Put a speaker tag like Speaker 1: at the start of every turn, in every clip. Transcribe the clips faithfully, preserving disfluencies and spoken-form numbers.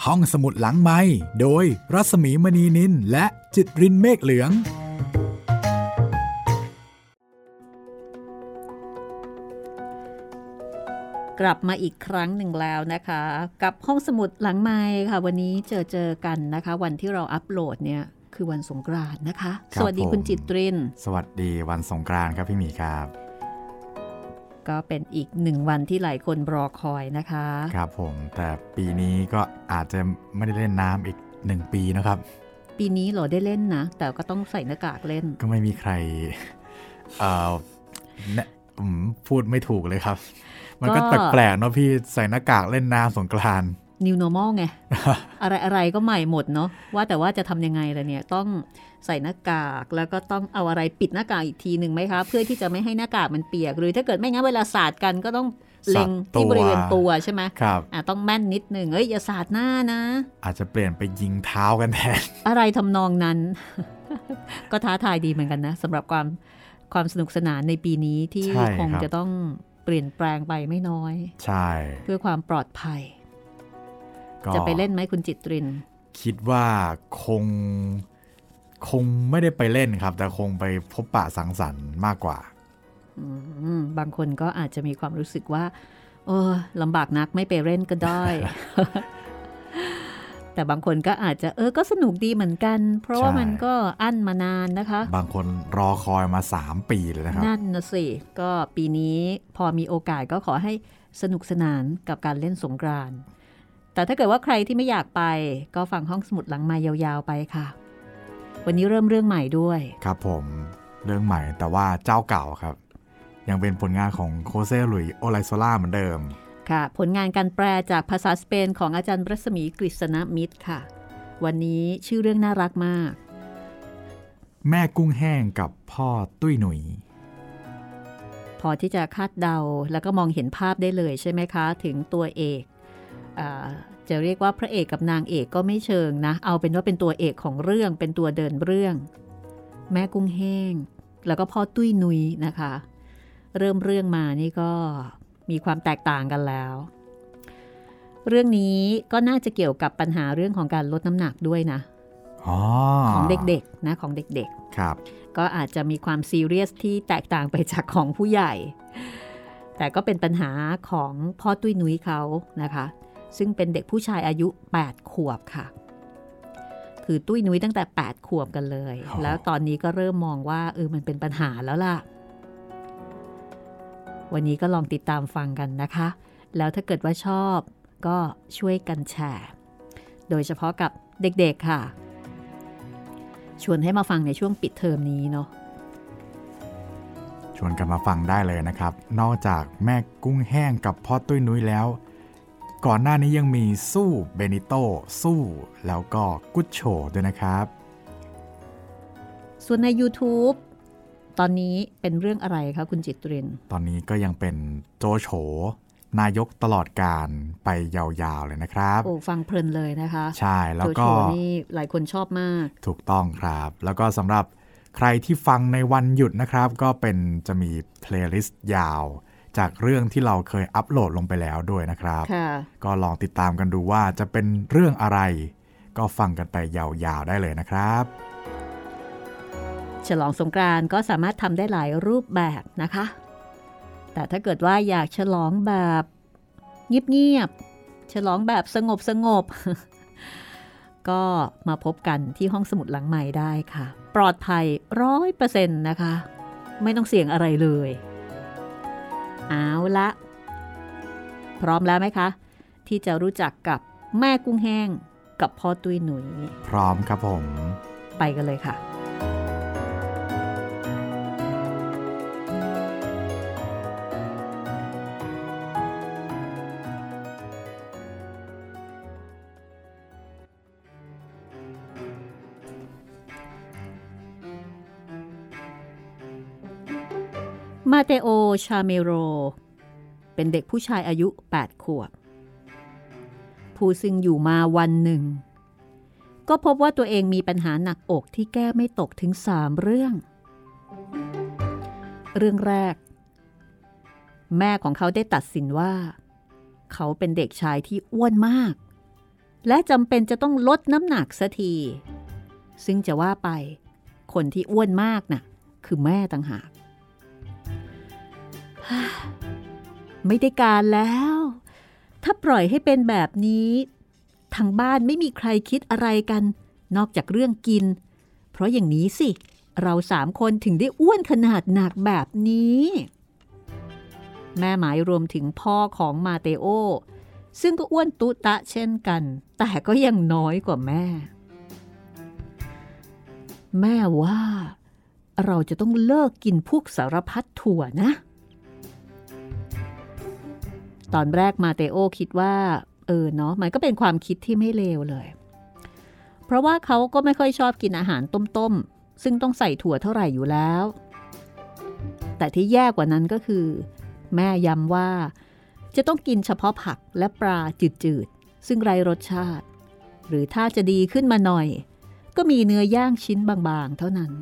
Speaker 1: ห้องสมุดหลังไมค์โดยรัศมีมณีนินและจิตรินเมฆเหลือง
Speaker 2: กลับมาอีกครั้งหนึ่งแล้วนะคะกับห้องสมุดหลังไมค์ค่ะวันนี้เจอเจอกันนะคะวันที่เราอัปโหลดเนี่ยคือวันสงกรานต์นะคะสวัสดีคุณจิตริน
Speaker 1: สวัสดีวันสงกรานต์ครับพี่หมีครับ
Speaker 2: ก็เป็นอีกหนึ่งวันที่หลายคนรอคอยนะคะ
Speaker 1: ครับผมแต่ปีนี้ก็อาจจะไม่ได้เล่นน้ำอีกหนึ่งปีนะครับ
Speaker 2: ปีนี้เหรอได้เล่นนะแต่ก็ต้องใส่หน้ากากเล่น
Speaker 1: ก็ไม่มีใครเอ่อพูดไม่ถูกเลยครับมันก็แปลกๆเนาะพี่ใส่หน้ากากเล่นน้ำสงกรานต์
Speaker 2: New Normal ไง อะไรอะไรก็ใหม่หมดเนาะว่าแต่ว่าจะทำยังไงล่ะเนี่ยต้องใส่หน้ากากแล้วก็ต้องเอาอะไรปิดหน้ากากอีกทีหนึ่งไหมคะเพื่อที่จะไม่ให้หน้ากากมันเปียกหรือถ้าเกิดไม่งั้นเวลาสาดกันก็ต้องเล็งที่บริเวณตัวใช่ไหม
Speaker 1: ครับ
Speaker 2: อ่ะต้องแม่นนิดหนึ่งเอ้ยอย่าสาดหน้านะ
Speaker 1: อาจจะเปลี่ยนไปยิงเท้ากันแทน
Speaker 2: อะไรทำนองนั้น ก็ท้าทายดีเหมือนกันนะสำหรับความความสนุกสนานในปีนี้ที่คงจะต้องเปลี่ยนแปลงไปไม่น้อย
Speaker 1: ใช่
Speaker 2: เพื่อความปลอดภัยจะไปเล่นไหมคุณจิตริน
Speaker 1: คิดว่าคงคงไม่ได้ไปเล่นครับแต่คงไปพบปะสังสรรค์มากกว่า
Speaker 2: บางคนก็อาจจะมีความรู้สึกว่าโอ้ลำบากนักไม่ไปเล่นก็ได้ แต่บางคนก็อาจจะเออก็สนุกดีเหมือนกันเพราะว่ามันก็อั้นมานานนะคะ
Speaker 1: บางคนรอคอยมาสามปีเลยนะครับ
Speaker 2: นั่นนะสิก็ปีนี้พอมีโอกาสก็ขอให้สนุกสนานกับการเล่นสงกรานต์แต่ถ้าเกิดว่าใครที่ไม่อยากไปก็ฟังห้องสมุดหลังมายาวๆไปค่ะวันนี้เริ่มเรื่องใหม่ด้วย
Speaker 1: ครับผมเรื่องใหม่แต่ว่าเจ้าเก่าครับยังเป็นผลงานของโคเซหลุยโอไลโซล่าเหมือนเดิม
Speaker 2: ค่ะผลงานการแปลจากภาษาสเปนของอาจารย์รัศมีกฤษณมิตรค่ะวันนี้ชื่อเรื่องน่ารักมาก
Speaker 1: แม่กุ้งแห้งกับพ่อตุ้ยหนุย
Speaker 2: พอที่จะคาดเดาแล้วก็มองเห็นภาพได้เลยใช่ไหมคะถึงตัวเอกจะเรียกว่าพระเอกกับนางเอกก็ไม่เชิงนะเอาเป็นว่าเป็นตัวเอกของเรื่องเป็นตัวเดินเรื่องแม่กุ้งแห้งแล้วก็พ่อตุ้ยนุยนะคะเริ่มเรื่องมานี่ก็มีความแตกต่างกันแล้วเรื่องนี้ก็น่าจะเกี่ยวกับปัญหาเรื่องของการลดน้ำหนักด้วยนะ
Speaker 1: อ๋อ
Speaker 2: ของเด็กๆนะของเด็ก
Speaker 1: ๆครับ
Speaker 2: ก็อาจจะมีความซีเรียสที่แตกต่างไปจากของผู้ใหญ่แต่ก็เป็นปัญหาของพ่อตุ้ยนุ้ยเขานะคะซึ่งเป็นเด็กผู้ชายอายุแปดขวบค่ะคือตุ้ยนุ้ยตั้งแต่แปดขวบกันเลยแล้วตอนนี้ก็เริ่มมองว่าเออมันเป็นปัญหาแล้วล่ะวันนี้ก็ลองติดตามฟังกันนะคะแล้วถ้าเกิดว่าชอบก็ช่วยกันแชร์โดยเฉพาะกับเด็กๆค่ะชวนให้มาฟังในช่วงปิดเทอมนี้เนาะ
Speaker 1: ชวนกันมาฟังได้เลยนะครับนอกจากแม่กุ้งแห้งกับพ่อตุ้ยนุ้ยแล้วก่อนหน้านี้ยังมีสู้เบนิโต้สู้แล้วก็กุ๊ดโฉด้วยนะครับ
Speaker 2: ส่วนใน YouTube ตอนนี้เป็นเรื่องอะไรคะคุณจิตริน
Speaker 1: ตอนนี้ก็ยังเป็นโจโฉนายกตลอดการไปยาวๆเลยนะครับ
Speaker 2: โอ้ฟังเพลินเลยนะคะ
Speaker 1: ใช่แล้วก็
Speaker 2: โจโฉนี่หลายคนชอบมาก
Speaker 1: ถูกต้องครับแล้วก็สำหรับใครที่ฟังในวันหยุดนะครับก็เป็นจะมีเพลย์ลิสต์ยาวจากเรื่องที่เราเคยอัปโหลดลงไปแล้วด้วยนะครับก็ลองติดตามกันดูว่าจะเป็นเรื่องอะไรก็ฟังกันไปยาวๆได้เลยนะครับ
Speaker 2: ฉลองสงกรานต์ก็สามารถทำได้หลายรูปแบบนะคะแต่ถ้าเกิดว่าอยากฉลองแบบเงียบๆฉลองแบบสงบๆก็มาพบกันที่ห้องสมุดหลังใหม่ได้ค่ะปลอดภัย ร้อยเปอร์เซ็นต์ นะคะไม่ต้องเสี่ยงอะไรเลยเอาละพร้อมแล้วไหมคะที่จะรู้จักกับแม่กุ้งแห้งกับพ่อตุ้ยหนุย
Speaker 1: พร้อมครับผม
Speaker 2: ไปกันเลยค่ะมาเตโอชาเมโรเป็นเด็กผู้ชายอายุแปดขวบผู้ซึ่งอยู่มาวันหนึ่งก็พบว่าตัวเองมีปัญหาหนักอกที่แก้ไม่ตกถึงสามเรื่องเรื่องแรกแม่ของเขาได้ตัดสินว่าเขาเป็นเด็กชายที่อ้วนมากและจำเป็นจะต้องลดน้ำหนักสักทีซึ่งจะว่าไปคนที่อ้วนมากน่ะคือแม่ต่างหาก ไม่ได้การแล้วถ้าปล่อยให้เป็นแบบนี้ทางบ้านไม่มีใครคิดอะไรกันนอกจากเรื่องกินเพราะอย่างนี้สิเราสามคนถึงได้อ้วนขนาดหนักแบบนี้แม่หมายรวมถึงพ่อของมาเตโอซึ่งก็อ้วนตุตะเช่นกันแต่ก็ยังน้อยกว่าแม่แม่ว่าเราจะต้องเลิกกินพวกสารพัดถั่วนะตอนแรกมาเตโอคิดว่าเออเนาะมันก็เป็นความคิดที่ไม่เลวเลยเพราะว่าเขาก็ไม่ค่อยชอบกินอาหารต้มๆซึ่งต้องใส่ถั่วเท่าไหร่อยู่แล้วแต่ที่แย่กว่านั้นก็คือแม่ย้ำว่าจะต้องกินเฉพาะผักและปลาจืดๆซึ่งไร้รสชาติหรือถ้าจะดีขึ้นมาหน่อยก็มีเนื้อย่างชิ้นบางๆเท่านั้น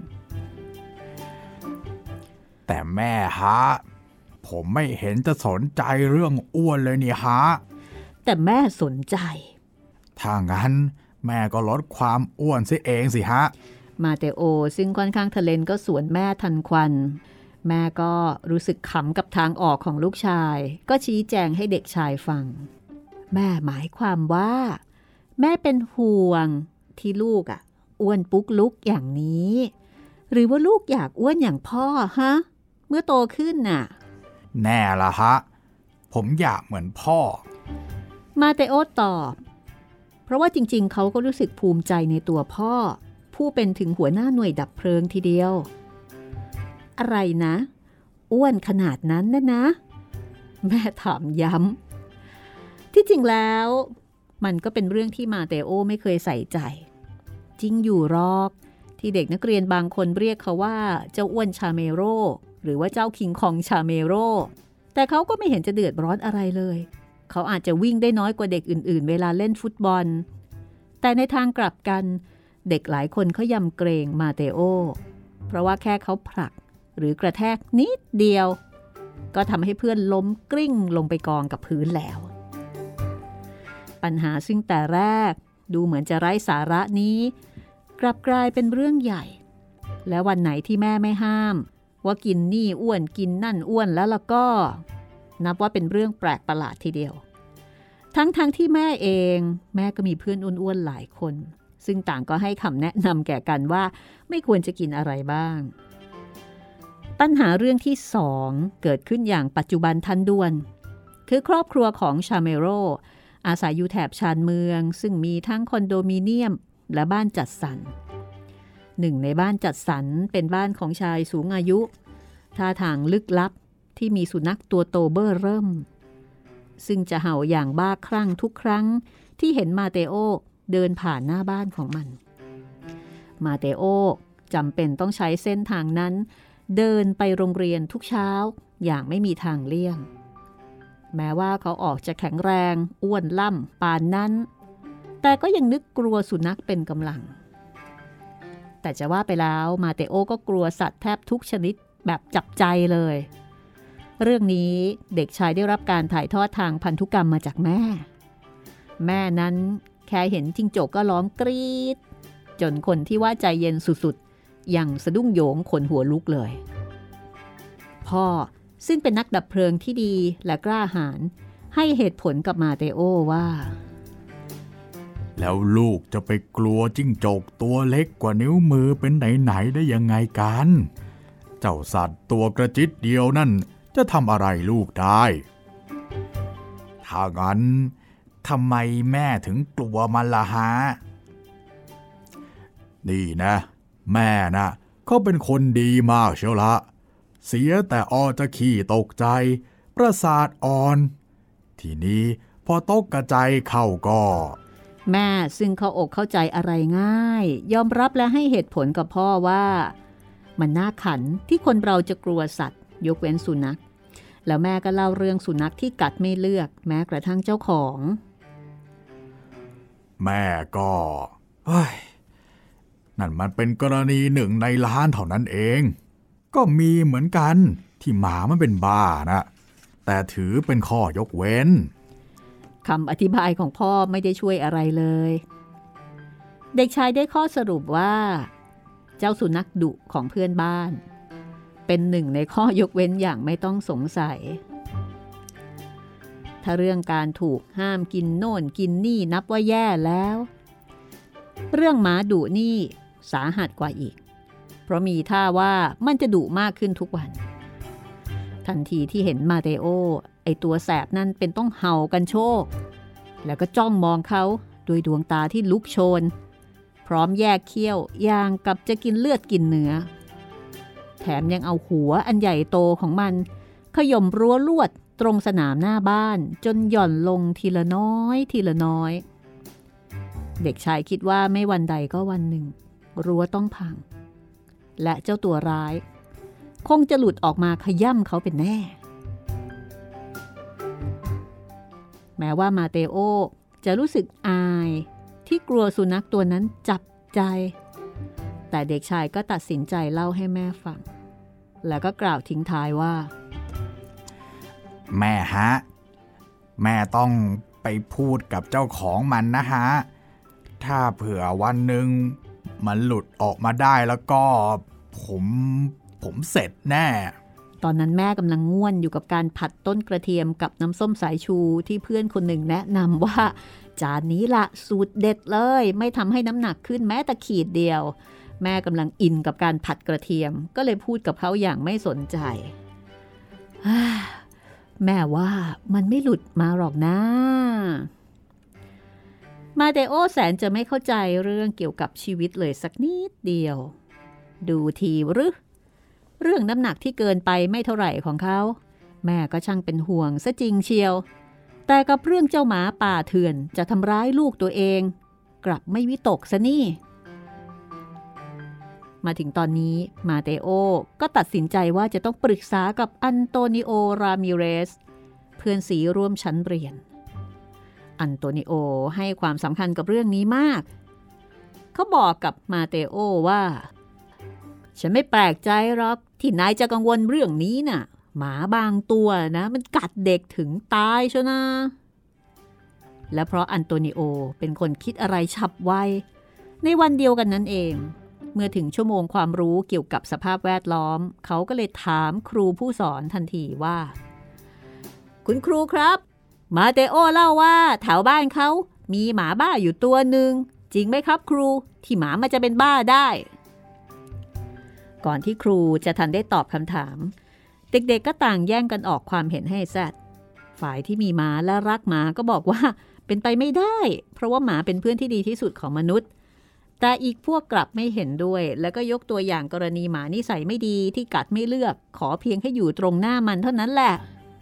Speaker 1: แต่แม่ฮะผมไม่เห็นจะสนใจเรื่องอ้วนเลยนี่ฮะ
Speaker 2: แต่แม่สนใจ
Speaker 1: ถ้างั้นแม่ก็ลดความอ้วนซิเองสิฮะ
Speaker 2: มาเตโอซึ่งค่อนข้างทะเลนก็สวนแม่ทันควันแม่ก็รู้สึกขำกับทางออกของลูกชายก็ชี้แจงให้เด็กชายฟังแม่หมายความว่าแม่เป็นห่วงที่ลูกอ่ะอ้วนปุ๊กลุกอย่างนี้หรือว่าลูกอยากอ้วนอย่างพ่อฮะเมื่อโตขึ้นน่ะ
Speaker 1: แน่ละฮะผมอยากเหมือนพ่อ
Speaker 2: มาเตโอตอบเพราะว่าจริงๆเขาก็รู้สึกภูมิใจในตัวพ่อผู้เป็นถึงหัวหน้าหน่วยดับเพลิงทีเดียวอะไรนะอ้วนขนาดนั้นนะนะแม่ถามย้ำที่จริงแล้วมันก็เป็นเรื่องที่มาเตโอไม่เคยใส่ใจจริงอยู่หรอกที่เด็กนักเรียนบางคนเรียกเขาว่าเจ้าอ้วนชาเมโร่หรือว่าเจ้าคิงคองชาเมโร่แต่เขาก็ไม่เห็นจะเดือดร้อนอะไรเลยเขาอาจจะวิ่งได้น้อยกว่าเด็กอื่นๆเวลาเล่นฟุตบอลแต่ในทางกลับกันเด็กหลายคนเขายำเกรงมาเตโอเพราะว่าแค่เขาผลักหรือกระแทกนิดเดียวก็ทำให้เพื่อนล้มกลิ้งลงไปกองกับพื้นแล้วปัญหาซึ่งแต่แรกดูเหมือนจะไร้สาระนี้กลับกลายเป็นเรื่องใหญ่และวันไหนที่แม่ไม่ห้ามว่ากินนี่อ้วนกินนั่นอ้วนแล้วล่ะก็นับว่าเป็นเรื่องแปลกประหลาดทีเดียวทั้งๆ ท, ที่แม่เองแม่ก็มีเพื่อนอ้วนๆหลายคนซึ่งต่างก็ให้คำแนะนำแก่กันว่าไม่ควรจะกินอะไรบ้างปัญหาเรื่องที่สองเกิดขึ้นอย่างปัจจุบันทันด่วนคือครอบครัวของชาเมโรอาศัยอยู่แถบชานเมืองซึ่งมีทั้งคอนโดมิเนียมและบ้านจัดสรรหนึ่งในบ้านจัดสรรเป็นบ้านของชายสูงอายุท่าทางลึกลับที่มีสุนัขตัวโตเบ้อเริ่มซึ่งจะเห่าอย่างบ้าคลั่งทุกครั้งที่เห็นมาเตโอเดินผ่านหน้าบ้านของมันมาเตโอจำเป็นต้องใช้เส้นทางนั้นเดินไปโรงเรียนทุกเช้าอย่างไม่มีทางเลี่ยงแม้ว่าเขาออกจะแข็งแรงอ้วนล่ำปานนั้นแต่ก็ยังนึกกลัวสุนัขเป็นกำลังแต่จะว่าไปแล้วมาเตโอก็กลัวสัตว์แทบทุกชนิดแบบจับใจเลยเรื่องนี้เด็กชายได้รับการถ่ายทอดทางพันธุกรรมมาจากแม่แม่นั้นแค่เห็นจิ้งจกก็ร้องกรี๊ดจนคนที่ว่าใจเย็นสุดๆยังสะดุ้งโหยงขนหัวลุกเลยพ่อซึ่งเป็นนักดับเพลิงที่ดีและกล้าหาญให้เหตุผลกับมาเตโอว่า
Speaker 1: แล้วลูกจะไปกลัวจิ้งจกตัวเล็กกว่านิ้วมือเป็นไหนๆได้ยังไงกันเจ้าสัตว์ตัวกระจิตเดียวนั่นจะทำอะไรลูกได้ถ้างั้นทำไมแม่ถึงกลัวมันล่ะฮะนี่นะแม่นะเขาเป็นคนดีมากเชียวละเสียแต่ออจะขี้ตกใจประสาทอ่อนทีนี้พอตกกระจายเข้าก็
Speaker 2: แม่ซึ่งเขาอกเข้าใจอะไรง่ายยอมรับและให้เหตุผลกับพ่อว่ามันน่าขันที่คนเราจะกลัวสัตว์ยกเว้นสุนัขแล้วแม่ก็เล่าเรื่องสุนัขที่กัดไม่เลือกแม้กระทั่งเจ้าของ
Speaker 1: แม่ก็เฮ้ยนั่นมันเป็นกรณีหนึ่งในล้านเท่านั้นเองก็มีเหมือนกันที่หมามันเป็นบ้านะแต่ถือเป็นข้อยกเว้น
Speaker 2: คำอธิบายของพ่อไม่ได้ช่วยอะไรเลยเด็กชายได้ข้อสรุปว่าเจ้าสุนัขดุของเพื่อนบ้านเป็นหนึ่งในข้อยกเว้นอย่างไม่ต้องสงสัยถ้าเรื่องการถูกห้ามกินโน่นกินนี่นับว่าแย่แล้วเรื่องหมาดุนี่สาหัสกว่าอีกเพราะมีท่าว่ามันจะดุมากขึ้นทุกวันทันทีที่เห็นมาเตโอไอตัวแสบนั่นเป็นต้องเห่ากันโชคแล้วก็จ้องมองเขาด้วยดวงตาที่ลุกโชนพร้อมแยกเขี้ยวอย่างกับจะกินเลือดกินเนื้อแถมยังเอาหัวอันใหญ่โตของมันขย่มรั้วลวดตรงสนามหน้าบ้านจนหย่อนลงทีละน้อยทีละน้อยเด็กชายคิดว่าไม่วันใดก็วันหนึ่งรั้วต้องพังและเจ้าตัวร้ายคงจะหลุดออกมาขย่ำเขาเป็นแน่แม้ว่ามาเตโอจะรู้สึกอายที่กลัวสุนัขตัวนั้นจับใจแต่เด็กชายก็ตัดสินใจเล่าให้แม่ฟังแล้วก็กล่าวทิ้งท้ายว่า
Speaker 1: แม่ฮะแม่ต้องไปพูดกับเจ้าของมันนะฮะถ้าเผื่อวันหนึ่งมันหลุดออกมาได้แล้วก็ผมผมเสร็จแน่
Speaker 2: ตอนนั้นแม่กำลังง่วนอยู่กับการผัดต้นกระเทียมกับน้ำส้มสายชูที่เพื่อนคนหนึ่งแนะนำว่าจานนี้ละสูตรเด็ดเลยไม่ทำให้น้ำหนักขึ้นแม้แต่ขีดเดียวแม่กำลังอินกับการผัดกระเทียมก็เลยพูดกับเขาอย่างไม่สนใจแม่ว่ามันไม่หลุดมาหรอกนะมาเตโอแสนจะไม่เข้าใจเรื่องเกี่ยวกับชีวิตเลยสักนิดเดียวดูทีหรือเรื่องน้ำหนักที่เกินไปไม่เท่าไหร่ของเขาแม่ก็ช่างเป็นห่วงซะจริงเชียวแต่กับเรื่องเจ้าหมาป่าเถื่อนจะทำร้ายลูกตัวเองกลับไม่วิตกซะนี่มาถึงตอนนี้มาเตโอก็ตัดสินใจว่าจะต้องปรึกษากับอันโตนิโอรามิเรสเพื่อนสีร่วมชั้นเรียนอันโตนิโอให้ความสำคัญกับเรื่องนี้มากเขาบอกกับมาเตโอว่าฉันไม่แปลกใจหรอกที่นายจะกังวลเรื่องนี้น่ะหมาบางตัวนะมันกัดเด็กถึงตายชนะและเพราะอันโตนิโอเป็นคนคิดอะไรฉับไวในวันเดียวกันนั้นเองเมื่อถึงชั่วโมงความรู้เกี่ยวกับสภาพแวดล้อมเขาก็เลยถามครูผู้สอนทันทีว่าคุณครูครับมาเตโอเล่าว่าแถวบ้านเขามีหมาบ้าอยู่ตัวหนึ่งจริงไหมครับครูที่หมามันจะเป็นบ้าได้ก่อนที่ครูจะทันได้ตอบคำถามเด็กๆก็ต่างแย่งกันออกความเห็นให้แซดฝ่ายที่มีหมาและรักหมาก็บอกว่าเป็นไปไม่ได้เพราะว่าหมาเป็นเพื่อนที่ดีที่สุดของมนุษย์แต่อีกพวกกลับไม่เห็นด้วยแล้วก็ยกตัวอย่างกรณีหมานิสัยไม่ดีที่กัดไม่เลือกขอเพียงให้อยู่ตรงหน้ามันเท่านั้นแหละ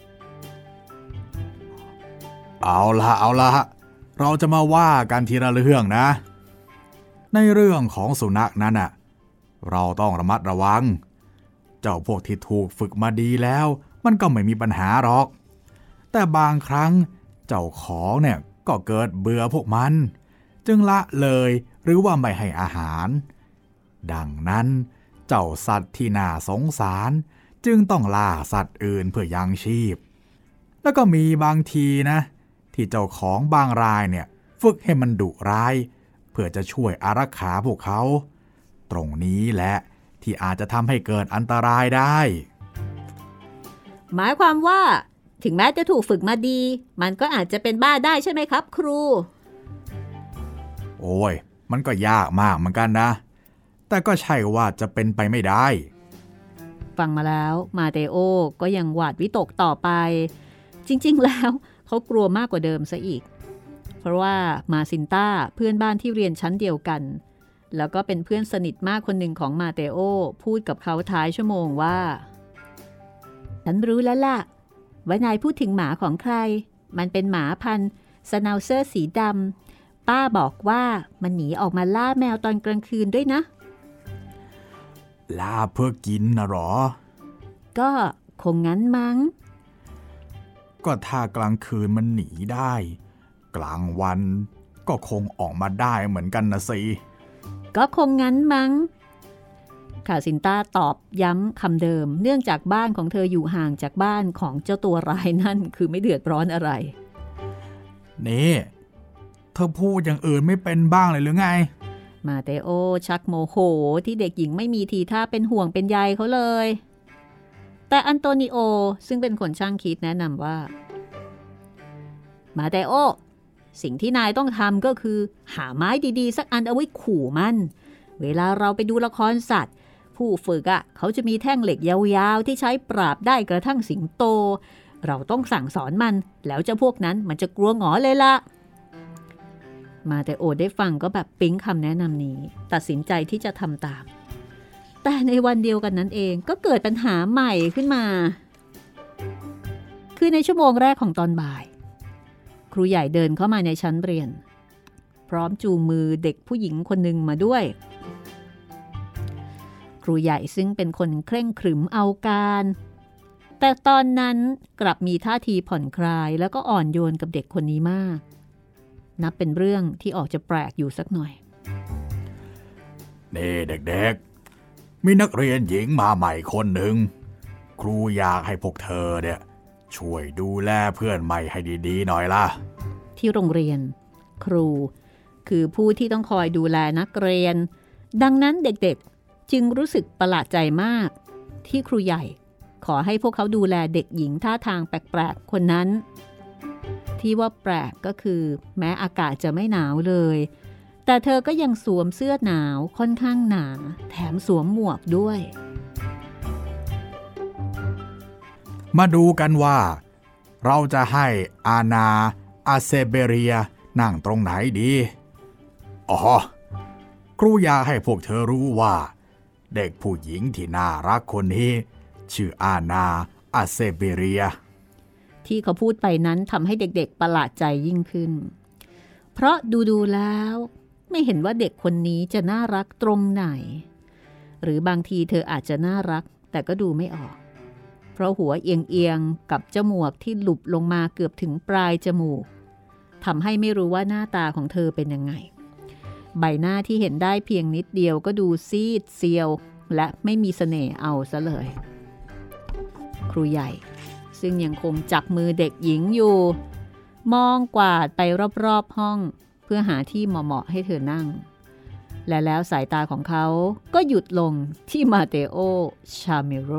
Speaker 1: เอาละเอาละเราจะมาว่ากันทีละเรื่องนะในเรื่องของสุนัขนั้นน่ะเราต้องระมัดระวังเจ้าพวกที่ถูกฝึกมาดีแล้วมันก็ไม่มีปัญหาหรอกแต่บางครั้งเจ้าของเนี่ยก็เกิดเบื่อพวกมันจึงละเลยหรือว่าไม่ให้อาหารดังนั้นเจ้าสัตว์ที่น่าสงสารจึงต้องล่าสัตว์อื่นเพื่อยังชีพแล้วก็มีบางทีนะที่เจ้าของบางรายเนี่ยฝึกให้มันดุร้ายเพื่อจะช่วยอารักขาพวกเขาตรงนี้แหละที่อาจจะทำให้เกิดอันตรายได้
Speaker 2: หมายความว่าถึงแม้จะถูกฝึกมาดีมันก็อาจจะเป็นบ้าได้ใช่ไหมครับครู
Speaker 1: โอ้ยมันก็ยากมากเหมือนกันนะแต่ก็ใช่ว่าจะเป็นไปไม่ได้
Speaker 2: ฟังมาแล้วมาเตโอก็ยังหวาดวิตกต่อไปจริงๆแล้วเขากลัวมากกว่าเดิมซะอีกเพราะว่ามาซินต้าเพื่อนบ้านที่เรียนชั้นเดียวกันแล้วก็เป็นเพื่อนสนิทมากคนหนึ่งของมาเตโอพูดกับเขาท้ายชั่วโมงว่าฉันรู้แล้วล่ะว่านายพูดถึงหมาของใครมันเป็นหมาพันธุ์สนาวเซอร์สีดำป้าบอกว่ามันหนีออกมาล่าแมวตอนกลางคืนด้วยนะ
Speaker 1: ล่าเพื่อกินนะหรอ
Speaker 2: ก็คงงั้นมั้ง
Speaker 1: ก็ถ้ากลางคืนมันหนีได้กลางวันก็คงออกมาได้เหมือนกันนะสิ
Speaker 2: ก็คงงั้นมั้งคาซินต้าตอบย้ำคำเดิมเนื่องจากบ้านของเธออยู่ห่างจากบ้านของเจ้าตัวร้ายนั่นคือไม่เดือดร้อนอะไร
Speaker 1: นี่เธอพูดอย่างอื่นไม่เป็นบ้างเลยหรือไง
Speaker 2: มาเตโอชักโมโหที่เด็กหญิงไม่มีทีท่าเป็นห่วงเป็นใยเขาเลยแต่อันโตนิโอซึ่งเป็นคนช่างคิดแนะนำว่ามาเตโอสิ่งที่นายต้องทำก็คือหาไม้ดีๆสักอันเอาไว้ขู่มันเวลาเราไปดูละครสัตว์ผู้ฝึกอ่ะเขาจะมีแท่งเหล็กยาวๆที่ใช้ปราบได้กระทั่งสิงโตเราต้องสั่งสอนมันแล้วเจ้าพวกนั้นมันจะกลัวหงอเลยล่ะมาเตโอได้ฟังก็แบบปิ๊งคำแนะนำนี้ตัดสินใจที่จะทำตามแต่ในวันเดียวกันนั้นเองก็เกิดปัญหาใหม่ขึ้นมาคือในชั่วโมงแรกของตอนบ่ายครูใหญ่เดินเข้ามาในชั้นเรียนพร้อมจูงมือเด็กผู้หญิงคนหนึ่งมาด้วยครูใหญ่ซึ่งเป็นคนเคร่งขรึมเอาการแต่ตอนนั้นกลับมีท่าทีผ่อนคลายแล้วก็อ่อนโยนกับเด็กคนนี้มากนับเป็นเรื่องที่ออกจะแปลกอยู่สักหน่อย
Speaker 1: นี่เด็กๆมีนักเรียนหญิงมาใหม่คนหนึ่งครูอยากให้พวกเธอเนี่ยช่วยดูแลเพื่อนใหม่ให้ดีๆหน่อยล่ะ
Speaker 2: ที่โรงเรียนครูคือผู้ที่ต้องคอยดูแลนักเรียนดังนั้นเด็กๆจึงรู้สึกประหลาดใจมากที่ครูใหญ่ขอให้พวกเขาดูแลเด็กหญิงท่าทางแปลกๆคนนั้นที่ว่าแปลกก็คือแม้อากาศจะไม่หนาวเลยแต่เธอก็ยังสวมเสื้อหนาวค่อนข้างหนาแถมสวมหมวกด้วย
Speaker 1: มาดูกันว่าเราจะให้อาณาอาเซเบเรียนั่งตรงไหนดีอ๋อครูอยากให้พวกเธอรู้ว่าเด็กผู้หญิงที่น่ารักคนนี้ชื่ออาณาอาเซเบเรีย
Speaker 2: ที่เขาพูดไปนั้นทำให้เด็กๆประหลาดใจยิ่งขึ้นเพราะดูๆแล้วไม่เห็นว่าเด็กคนนี้จะน่ารักตรงไหนหรือบางทีเธออาจจะน่ารักแต่ก็ดูไม่ออกเพราะหัวเอียงๆกับจมูกที่หลุบลงมาเกือบถึงปลายจมูกทำให้ไม่รู้ว่าหน้าตาของเธอเป็นยังไงใบหน้าที่เห็นได้เพียงนิดเดียวก็ดูซีดเซียวและไม่มีเสน่ห์เอาซะเลยครูใหญ่ซึ่งยังคงจับมือเด็กหญิงอยู่มองกวาดไปรอบๆห้องเพื่อหาที่เหมาะๆให้เธอนั่งและแล้วสายตาของเขาก็หยุดลงที่มาเตโอชาเมโร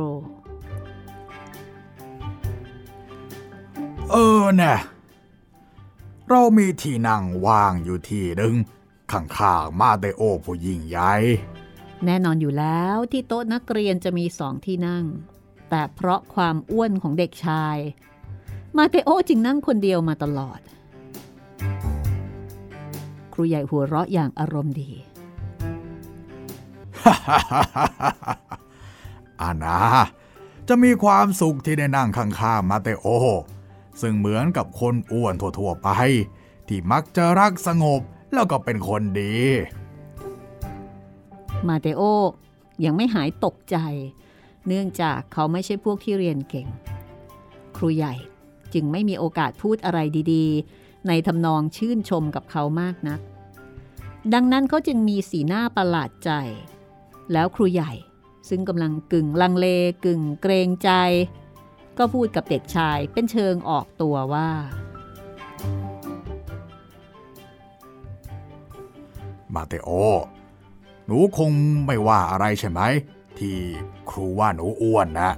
Speaker 1: เออเนี่ยเรามีที่นั่งว่างอยู่ที่หนึ่งข้างๆมาเตโอผู้ยิ่งใหญ่
Speaker 2: แน่นอนอยู่แล้วที่โต๊ะนักเรียนจะมีสองที่นั่งแต่เพราะความอ้วนของเด็กชายมาเตโอจึงนั่งคนเดียวมาตลอดครูใหญ่หัวเราะอย่างอารมณ์ดี
Speaker 1: อานาจะมีความสุขที่ได้นั่งข้างๆมาเตโอซึ่งเหมือนกับคนอ้วนทั่วๆไปที่มักจะรักสงบแล้วก็เป็นคนดี
Speaker 2: มาเตโอยังไม่หายตกใจเนื่องจากเขาไม่ใช่พวกที่เรียนเก่งครูใหญ่จึงไม่มีโอกาสพูดอะไรดีๆในทำนองชื่นชมกับเขามากนักดังนั้นเขาจึงมีสีหน้าประหลาดใจแล้วครูใหญ่ซึ่งกำลังกึ่งลังเลกึ่งเกรงใจก็พูดกับเด็กชายเป็นเชิงออกตัวว่า
Speaker 1: มาเตโอหนูคงไม่ว่าอะไรใช่ไหมที่ครูว่าหนูอ้วนนะ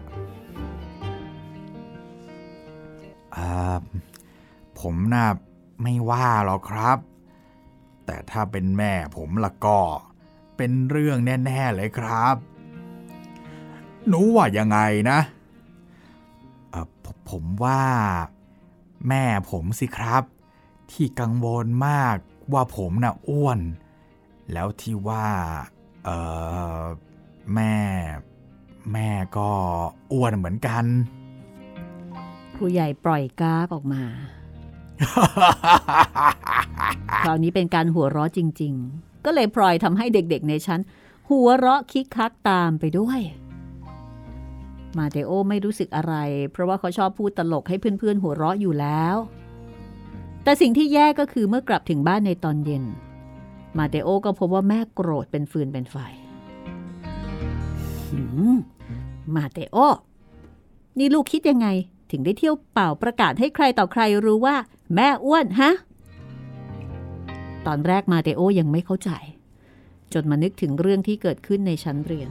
Speaker 1: อ่าผมน่าไม่ว่าหรอกครับแต่ถ้าเป็นแม่ผมละก็เป็นเรื่องแน่ๆเลยครับหนูว่ายังไงนะเอ่อผมว่าแม่ผมสิครับที่กังวลมากว่าผมน่ะอ้วนแล้วที่ว่าเอ่อแม่แม่ก็อ้วนเหมือนกัน
Speaker 2: ครูใหญ่ปล่อยก๊ากออกมา คราวนี้เป็นการหัวเราะจริงๆก็เลยพลอยทำให้เด็กๆในชั้นหัวเราะคิกคักตามไปด้วยมาเตโอไม่รู้สึกอะไรเพราะว่าเขาชอบพูดตลกให้เพื่อนๆหัวเราะอยู่แล้วแต่สิ่งที่แย่ก็คือเมื่อกลับถึงบ้านในตอนเย็นมาเตโอก็พบว่าแม่โกรธเป็นฟืนเป็นไฟมาเตโอนี่ลูกคิดยังไงถึงได้เที่ยวเป่าประกาศให้ใครต่อใครรู้ว่าแม่อ้วนฮะตอนแรกมาเตโอยังไม่เข้าใจจนมานึกถึงเรื่องที่เกิดขึ้นในชั้นเรียน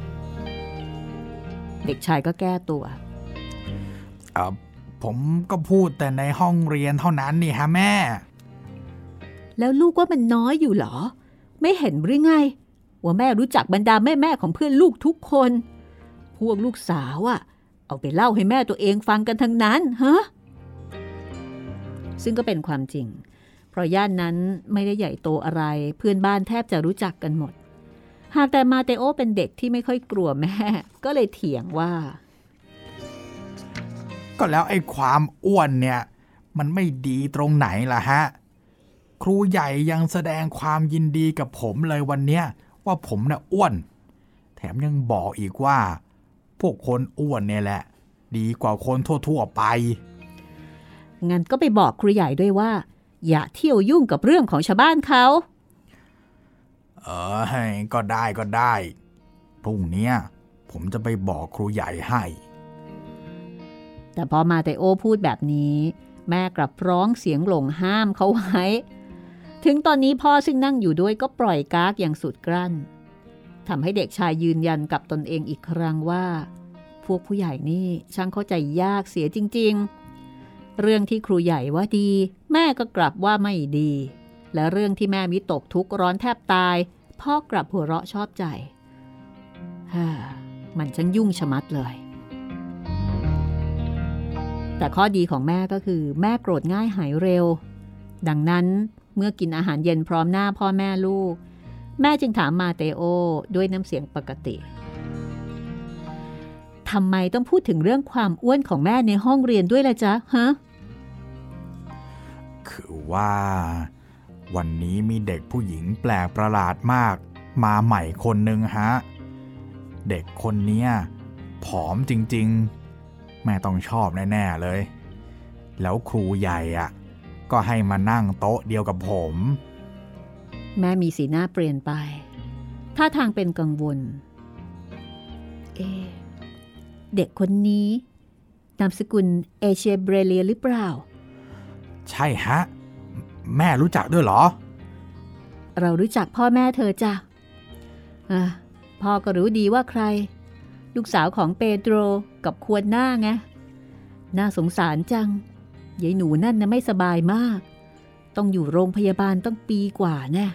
Speaker 2: เด็กชายก็แก้ตัว
Speaker 1: เอ่อผมก็พูดแต่ในห้องเรียนเท่านั้นนี่ฮะแม่
Speaker 2: แล้วลูกว่ามันน้อยอยู่เหรอไม่เห็นหรือไงว่าแม่รู้จักบรรดาแม่แม่ของเพื่อนลูกทุกคนพวกลูกสาวอะเอาไปเล่าให้แม่ตัวเองฟังกันทั้งนั้นฮะซึ่งก็เป็นความจริงเพราะย่านนั้นไม่ได้ใหญ่โตอะไรเพื่อนบ้านแทบจะรู้จักกันหมดหากแต่มาเตโอเป็นเด็กที่ไม่ค่อยกลัวแม่ก็เลยเถียงว่า
Speaker 1: ก็แล้วไอ้ความอ้วนเนี่ยมันไม่ดีตรงไหนล่ะฮะครูใหญ่ยังแสดงความยินดีกับผมเลยวันเนี้ยว่าผมน่ะอ้วนแถมยังบอกอีกว่าพวกคนอ้วนเนี่ยแหละดีกว่าคนทั่วๆไป
Speaker 2: งั้นก็ไปบอกครูใหญ่ด้วยว่าอย่าเที่ยวยุ่งกับเรื่องของชาวบ้านเขา
Speaker 1: เออก็ได้ก็ได้พรุ่งนี้ผมจะไปบอกครูใหญ่ให้
Speaker 2: แต่พอมาเตโอพูดแบบนี้แม่กลับร้องเสียงหลงห้ามเขาไว้ถึงตอนนี้พ่อซึ่งนั่งอยู่ด้วยก็ปล่อยก๊ากอย่างสุดกลั้นทำให้เด็กชายยืนยันกับตนเองอีกครั้งว่าพวกผู้ใหญ่นี่ช่างเข้าใจยากเสียจริงๆเรื่องที่ครูใหญ่ว่าดีแม่ก็กลับว่าไม่ดีและเรื่องที่แม่มิตกทุกข์ร้อนแทบตายพ่อกลับหัวเราะชอบใจฮ่ามันช่างยุ่งชะมัดเลยแต่ข้อดีของแม่ก็คือแม่โกรธง่ายหายเร็วดังนั้นเมื่อกินอาหารเย็นพร้อมหน้าพ่อแม่ลูกแม่จึงถามมาเตโอด้วยน้ำเสียงปกติทำไมต้องพูดถึงเรื่องความอ้วนของแม่ในห้องเรียนด้วยล่ะจ๊ะฮะ
Speaker 1: คือว่าวันนี้มีเด็กผู้หญิงแปลกประหลาดมากมาใหม่คนหนึ่งฮะเด็กคนนี้ผอมจริงๆแม่ต้องชอบแน่ๆเลยแล้วครูใหญ่อ่ะก็ให้มานั่งโต๊ะเดียวกับผม
Speaker 2: แม่มีสีหน้าเปลี่ยนไปท่าทางเป็นกังวลเอ๊ะเด็กคนนี้นามสกุลเอเชียเบรเลียหรือเปล่า
Speaker 1: ใช่ฮะแม่รู้จักด้วยเหรอ
Speaker 2: เรารู้จักพ่อแม่เธอจ้ะอ่ะพ่อก็รู้ดีว่าใครลูกสาวของเปโตรกับควรหน้าไงน่าสงสารจังยายหนูนั่นนะไม่สบายมากต้องอยู่โรงพยาบาลต้องปีกว่าแน่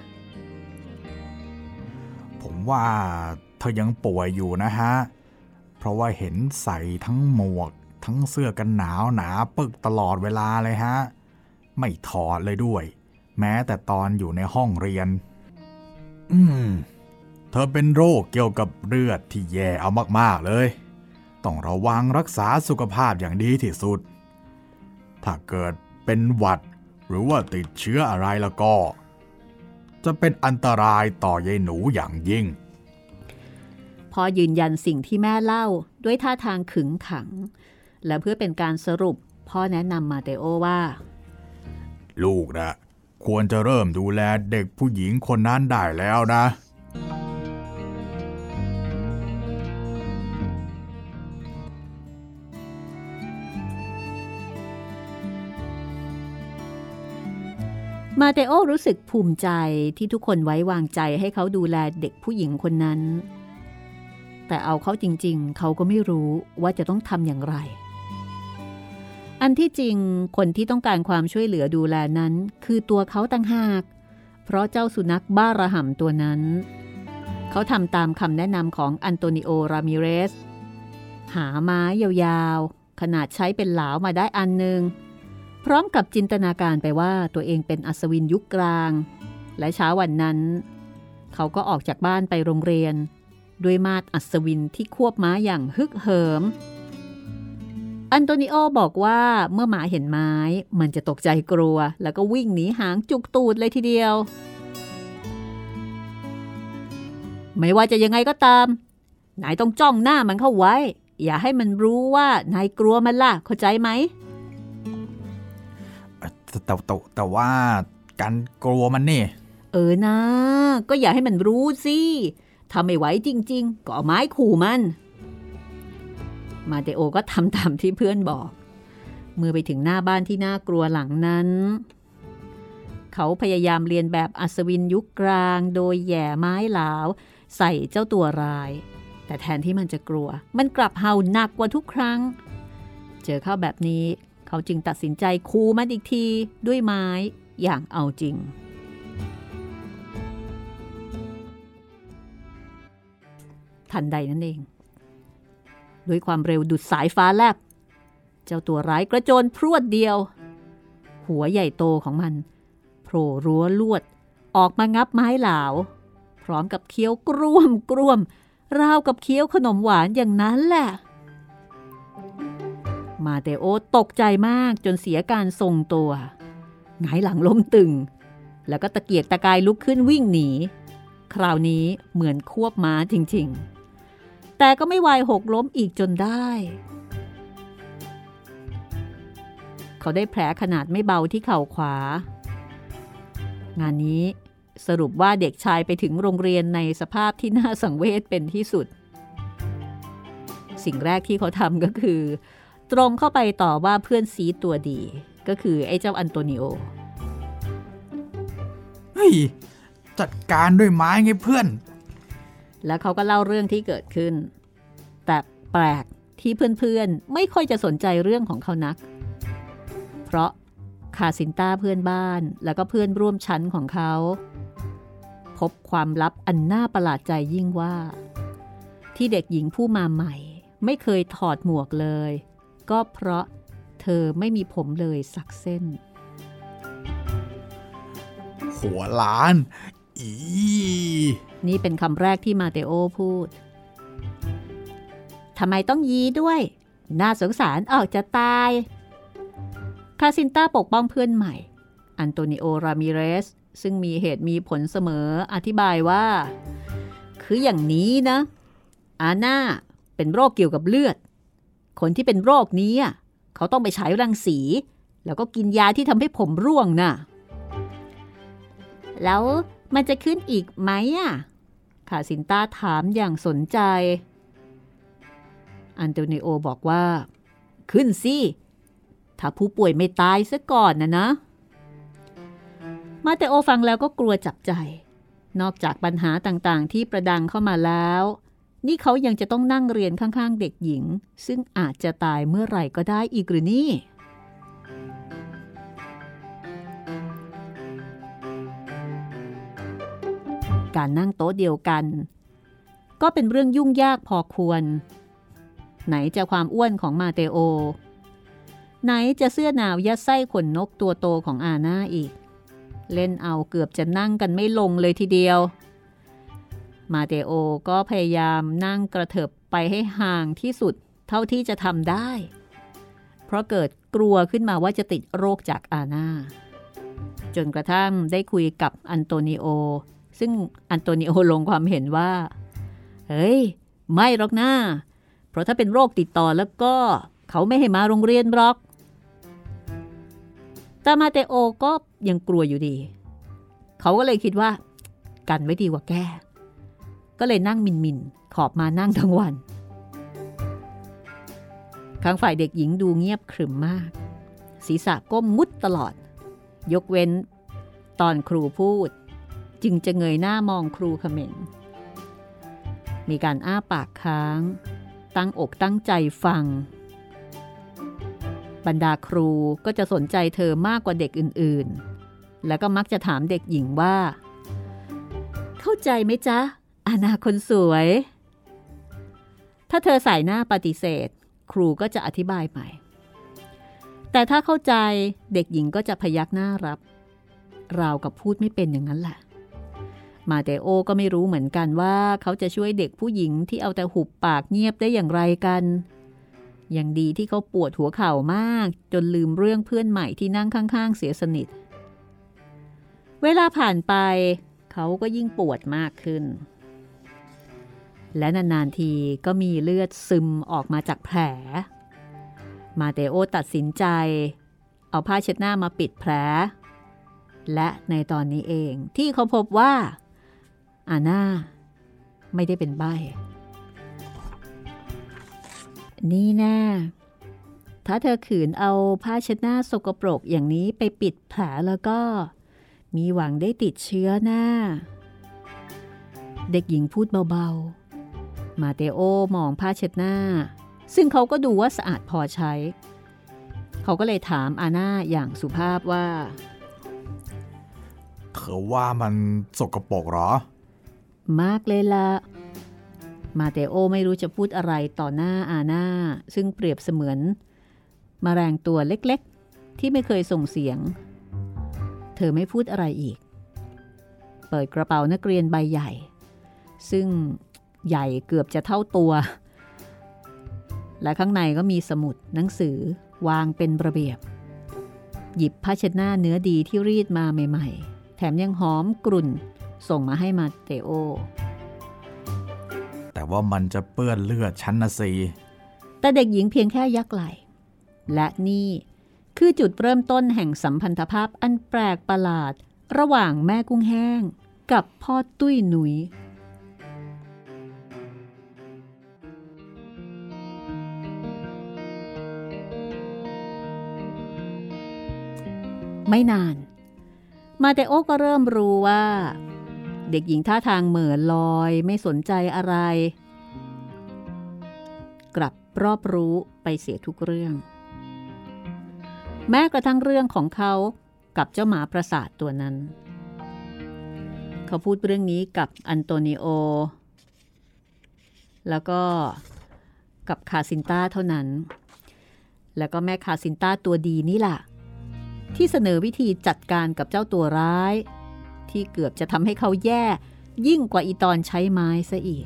Speaker 1: ผมว่าเธอยังป่วยอยู่นะฮะเพราะว่าเห็นใส่ทั้งหมวกทั้งเสื้อกันหนาวหนาปึกตลอดเวลาเลยฮะไม่ถอดเลยด้วยแม้แต่ตอนอยู่ในห้องเรียนอืมเธอเป็นโรคเกี่ยวกับเลือดที่แย่เอามากๆเลยต้องระวังรักษาสุขภาพอย่างดีที่สุดถ้าเกิดเป็นหวัดหรือว่าติดเชื้ออะไรแล้วก็จะเป็นอันตรายต่อยายหนูอย่างยิ่ง
Speaker 2: พ่อยืนยันสิ่งที่แม่เล่าด้วยท่าทางขึงขังและเพื่อเป็นการสรุปพ่อแนะนำมาเตโอว่า
Speaker 1: ลูกนะควรจะเริ่มดูแลเด็กผู้หญิงคนนั้นได้แล้วนะ
Speaker 2: มาเตโอรู้สึกภูมิใจที่ทุกคนไว้วางใจให้เขาดูแลเด็กผู้หญิงคนนั้นแต่เอาเขาจริงๆเขาก็ไม่รู้ว่าจะต้องทำอย่างไรอันที่จริงคนที่ต้องการความช่วยเหลือดูแลนั้นคือตัวเขาต่างหากเพราะเจ้าสุนัขบ้าระห่ำตัวนั้นเขาทำตามคำแนะนำของอันโตนิโอรามิเรสหาไม้ยาวๆขนาดใช้เป็นหลาวมาได้อันนึงพร้อมกับจินตนาการไปว่าตัวเองเป็นอัศวินยุคกลางและเช้าวันนั้นเขาก็ออกจากบ้านไปโรงเรียนด้วยมาดอัศวินที่ควบม้าอย่างฮึกเหิมอันโตนิโอบอกว่าเมื่อหมาเห็นไม้มันจะตกใจกลัวแล้วก็วิ่งหนีหางจุกตูดเลยทีเดียวไม่ว่าจะยังไงก็ตามนายต้องจ้องหน้ามันเข้าไว้อย่าให้มันรู้ว่านายกลัวมันล่ะเข้าใจไหม
Speaker 1: แต่แต่แต่ว่าการกลัวมันนี่
Speaker 2: เออนะก็อย่าให้มันรู้สิถ้าไม่ไหวจริงๆก็เอาไม้ขู่มันมาเตโอก็ทำตามที่เพื่อนบอกเมื่อไปถึงหน้าบ้านที่น่ากลัวหลังนั้นเขเขาพยายามเรียนแบบอัศวินยุคกลางโดยแหย่ไม้หลาวใส่เจ้าตัวร้ายแต่แทนที่มันจะกลัวมันกลับเห่าหนักกว่าทุกครั้งเจอเข้าแบบนี้เขาจึงตัดสินใจคูมันอีกทีด้วยไม้อย่างเอาจริงทันใดนั่นเองด้วยความเร็วดุจสายฟ้าแลบเจ้าตัวร้ายกระโจนพรวดเดียวหัวใหญ่โตของมันโผล่รั้วลวดออกมางับไม้หลาวพร้อมกับเคี้ยวกร่วมกร่วมราวกับเคี้ยวขนมหวานอย่างนั้นแหละมาเตโอตกใจมากจนเสียการทรงตัวหงายหลังล้มตึงแล้วก็ตะเกียกตะกายลุกขึ้นวิ่งหนีคราวนี้เหมือนควบม้าจริงๆแต่ก็ไม่วายหกล้มอีกจนได้เขาได้แผลขนาดไม่เบาที่เข่าขวางานนี้สรุปว่าเด็กชายไปถึงโรงเรียนในสภาพที่น่าสังเวชเป็นที่สุดสิ่งแรกที่เขาทำก็คือตรงเข้าไปต่อว่าเพื่อนซีตัวดีก็คือไอ้เจ้าอันโตนิโอ
Speaker 1: เฮ้ยจัดการด้วยไม้ไงเพื่อน
Speaker 2: แล้วเขาก็เล่าเรื่องที่เกิดขึ้นแต่แปลกที่เพื่อนๆไม่ค่อยจะสนใจเรื่องของเขานักเพราะคาซินต้าเพื่อนบ้านแล้วก็เพื่อนร่วมชั้นของเขาพบความลับอันน่าประหลาดใจยิ่งว่าที่เด็กหญิงผู้มาใหม่ไม่เคยถอดหมวกเลยก็เพราะเธอไม่มีผมเลยสักเส้น
Speaker 1: หัวล้านอี
Speaker 2: นี่เป็นคำแรกที่มาเตโอพูดทำไมต้องยี้ด้วยน่าสงสารออกจะตายคาซินต้าปกป้องเพื่อนใหม่อันโตนิโอรามิเรสซึ่งมีเหตุมีผลเสมออธิบายว่าคืออย่างนี้นะอาน่าเป็นโรคเกี่ยวกับเลือดคนที่เป็นโรคนี้เขาต้องไปฉายรังสีแล้วก็กินยาที่ทำให้ผมร่วงน่ะแล้วมันจะขึ้นอีกไหมอ่ะคาซินต้าถามอย่างสนใจอันโตนิโอบอกว่าขึ้นสิถ้าผู้ป่วยไม่ตายซะก่อนนะนะมาเตโอฟังแล้วก็กลัวจับใจนอกจากปัญหาต่างๆที่ประดังเข้ามาแล้วนี่เขายังจะต้องนั่งเรียนข้างๆเด็กหญิงซึ่งอาจจะตายเมื่อไหร่ก็ได้อีกหรือนี่การนั่งโต๊ะเดียวกันก็เป็นเรื่องยุ่งยากพอควรไหนจะความอ้วนของมาเตโอไหนจะเสื้อหนาวยัดไส้ขนนกตัวโตของอาน่าอีกเล่นเอาเกือบจะนั่งกันไม่ลงเลยทีเดียวมาเตโอก็พยายามนั่งกระเถิบไปให้ห่างที่สุดเท่าที่จะทำได้เพราะเกิดกลัวขึ้นมาว่าจะติดโรคจากอาน่าจนกระทั่งได้คุยกับอันโตนิโอซึ่งอันโตนิโอลงความเห็นว่าเฮ้ยไม่หรอกนะเพราะถ้าเป็นโรคติดต่อแล้วก็เขาไม่ให้มาโรงเรียนหรอกแต่มาเตโอก็ยังกลัวอยู่ดีเขาก็เลยคิดว่ากันไว้ดีกว่าแก้ก็เลยนั่งมินมินขอบมานั่งทั้งวันข้างฝ่ายเด็กหญิงดูเงียบขรึมมากศีรษะก้มมุดตลอดยกเว้นตอนครูพูดจึงจะเงยหน้ามองครูเขม็งมีการอ้าปากค้างตั้งอกตั้งใจฟังบรรดาครูก็จะสนใจเธอมากกว่าเด็กอื่นๆแล้วก็มักจะถามเด็กหญิงว่าเข้าใจไหมจ๊ะอานาคนสวยถ้าเธอสายหน้าปฏิเสธครูก็จะอธิบายใหม่แต่ถ้าเข้าใจเด็กหญิงก็จะพยักหน้ารับราวกับพูดไม่เป็นอย่างนั้นแหละมาเตโอก็ไม่รู้เหมือนกันว่าเขาจะช่วยเด็กผู้หญิงที่เอาแต่หุบปากเงียบได้อย่างไรกันอย่างดีที่เขาปวดหัวเข่ามากจนลืมเรื่องเพื่อนใหม่ที่นั่งข้างๆเสียสนิทเวลาผ่านไปเขาก็ยิ่งปวดมากขึ้นและนานๆทีก็มีเลือดซึมออกมาจากแผลมาเตโอตัดสินใจเอาผ้าเช็ดหน้ามาปิดแผลและในตอนนี้เองที่เขาพบว่าอาน่าไม่ได้เป็นใบ้นี่แน่ถ้าเธอขืนเอาผ้าเช็ดหน้าสกปรกอย่างนี้ไปปิดแผลแล้วก็มีหวังได้ติดเชื้อหน้าเด็กหญิงพูดเบาๆมาเตโอมองผ้าเช็ดหน้าซึ่งเขาก็ดูว่าสะอาดพอใช้เขาก็เลยถามอาน่าอย่างสุภาพว่า
Speaker 1: เธอว่ามันสกปรกหรอ
Speaker 2: มากเลยละมาเตโอไม่รู้จะพูดอะไรต่อหน้าอาน่าซึ่งเปรียบเสมือนแมลงตัวเล็กๆที่ไม่เคยส่งเสียงเธอไม่พูดอะไรอีกเปิดกระเป๋านักเรียนใบใหญ่ซึ่งใหญ่เกือบจะเท่าตัวและข้างในก็มีสมุดหนังสือวางเป็นระเบียบหยิบผ้าเช็ดหน้าเนื้อดีที่รีดมาใหม่ๆแถมยังหอมกรุ่นส่งมาให้มาเตโอ
Speaker 1: แต่ว่ามันจะเปื้อนเลือดฉันนะสิ
Speaker 2: แต่เด็กหญิงเพียงแค่ยักไหล่และนี่คือจุดเริ่มต้นแห่งสัมพันธภาพอันแปลกประหลาดระหว่างแม่กุ้งแห้งกับพ่อตุ้ยหนุยไม่นานมาเตโอก็เริ่มรู้ว่าเด็กหญิงท่าทางเหม่อลอยไม่สนใจอะไรกลับรอบรู้ไปเสียทุกเรื่องแม้กระทั่งเรื่องของเขากับเจ้าหมาประสาทตัวนั้นเขาพูดเรื่องนี้กับอันโตนิโอแล้วก็กับคาซินต้าเท่านั้นแล้วก็แม่คาซินต้าตัวดีนี่แหละที่เสนอวิธีจัดการกับเจ้าตัวร้ายที่เกือบจะทำให้เขาแย่ยิ่งกว่าอีตอนใช้ไม้ซะอีก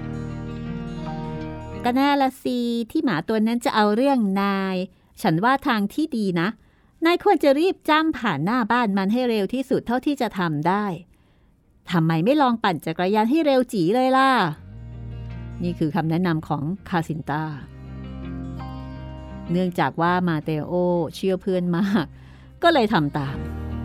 Speaker 2: ก็แน่ละสิที่หมาตัวนั้นจะเอาเรื่องนายฉันว่าทางที่ดีนะนายควรจะรีบจ้ำผ่านหน้าบ้านมันให้เร็วที่สุดเท่าที่จะทำได้ทำไมไม่ลองปั่นจักรยานให้เร็วจีเลยล่ะนี่คือคำแนะนำของคาซินต้าเนื่องจากว่ามาเตโอเชื่อเพื่อนมากก็เลยทำตาม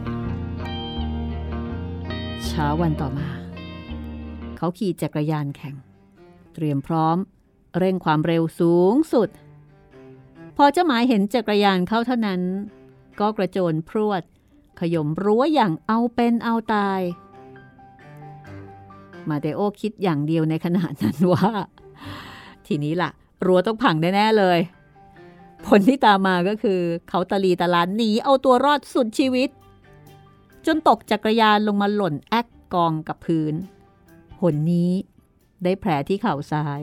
Speaker 2: เช้าวันต่อมาเขาขี่จักรยานแข่งเตรียมพร้อมเร่งความเร็วสูงสุดพอเจ้าหมาเห็นจักรยานเข้าเท่านั้นก็กระโจนพรวดขย่มรั้วอย่างเอาเป็นเอาตายมาเตโอคิดอย่างเดียวในขณะนั้นว่าทีนี้ล่ะรั้วต้องพังแน่ๆเลยผลที่ตามมาก็คือเขาตะลีตะลันหนีเอาตัวรอดสุดชีวิตจนตกจักรยานลงมาหล่นแอ๊กกองกับพื้นหนนี้ได้แผลที่เข่าซ้าย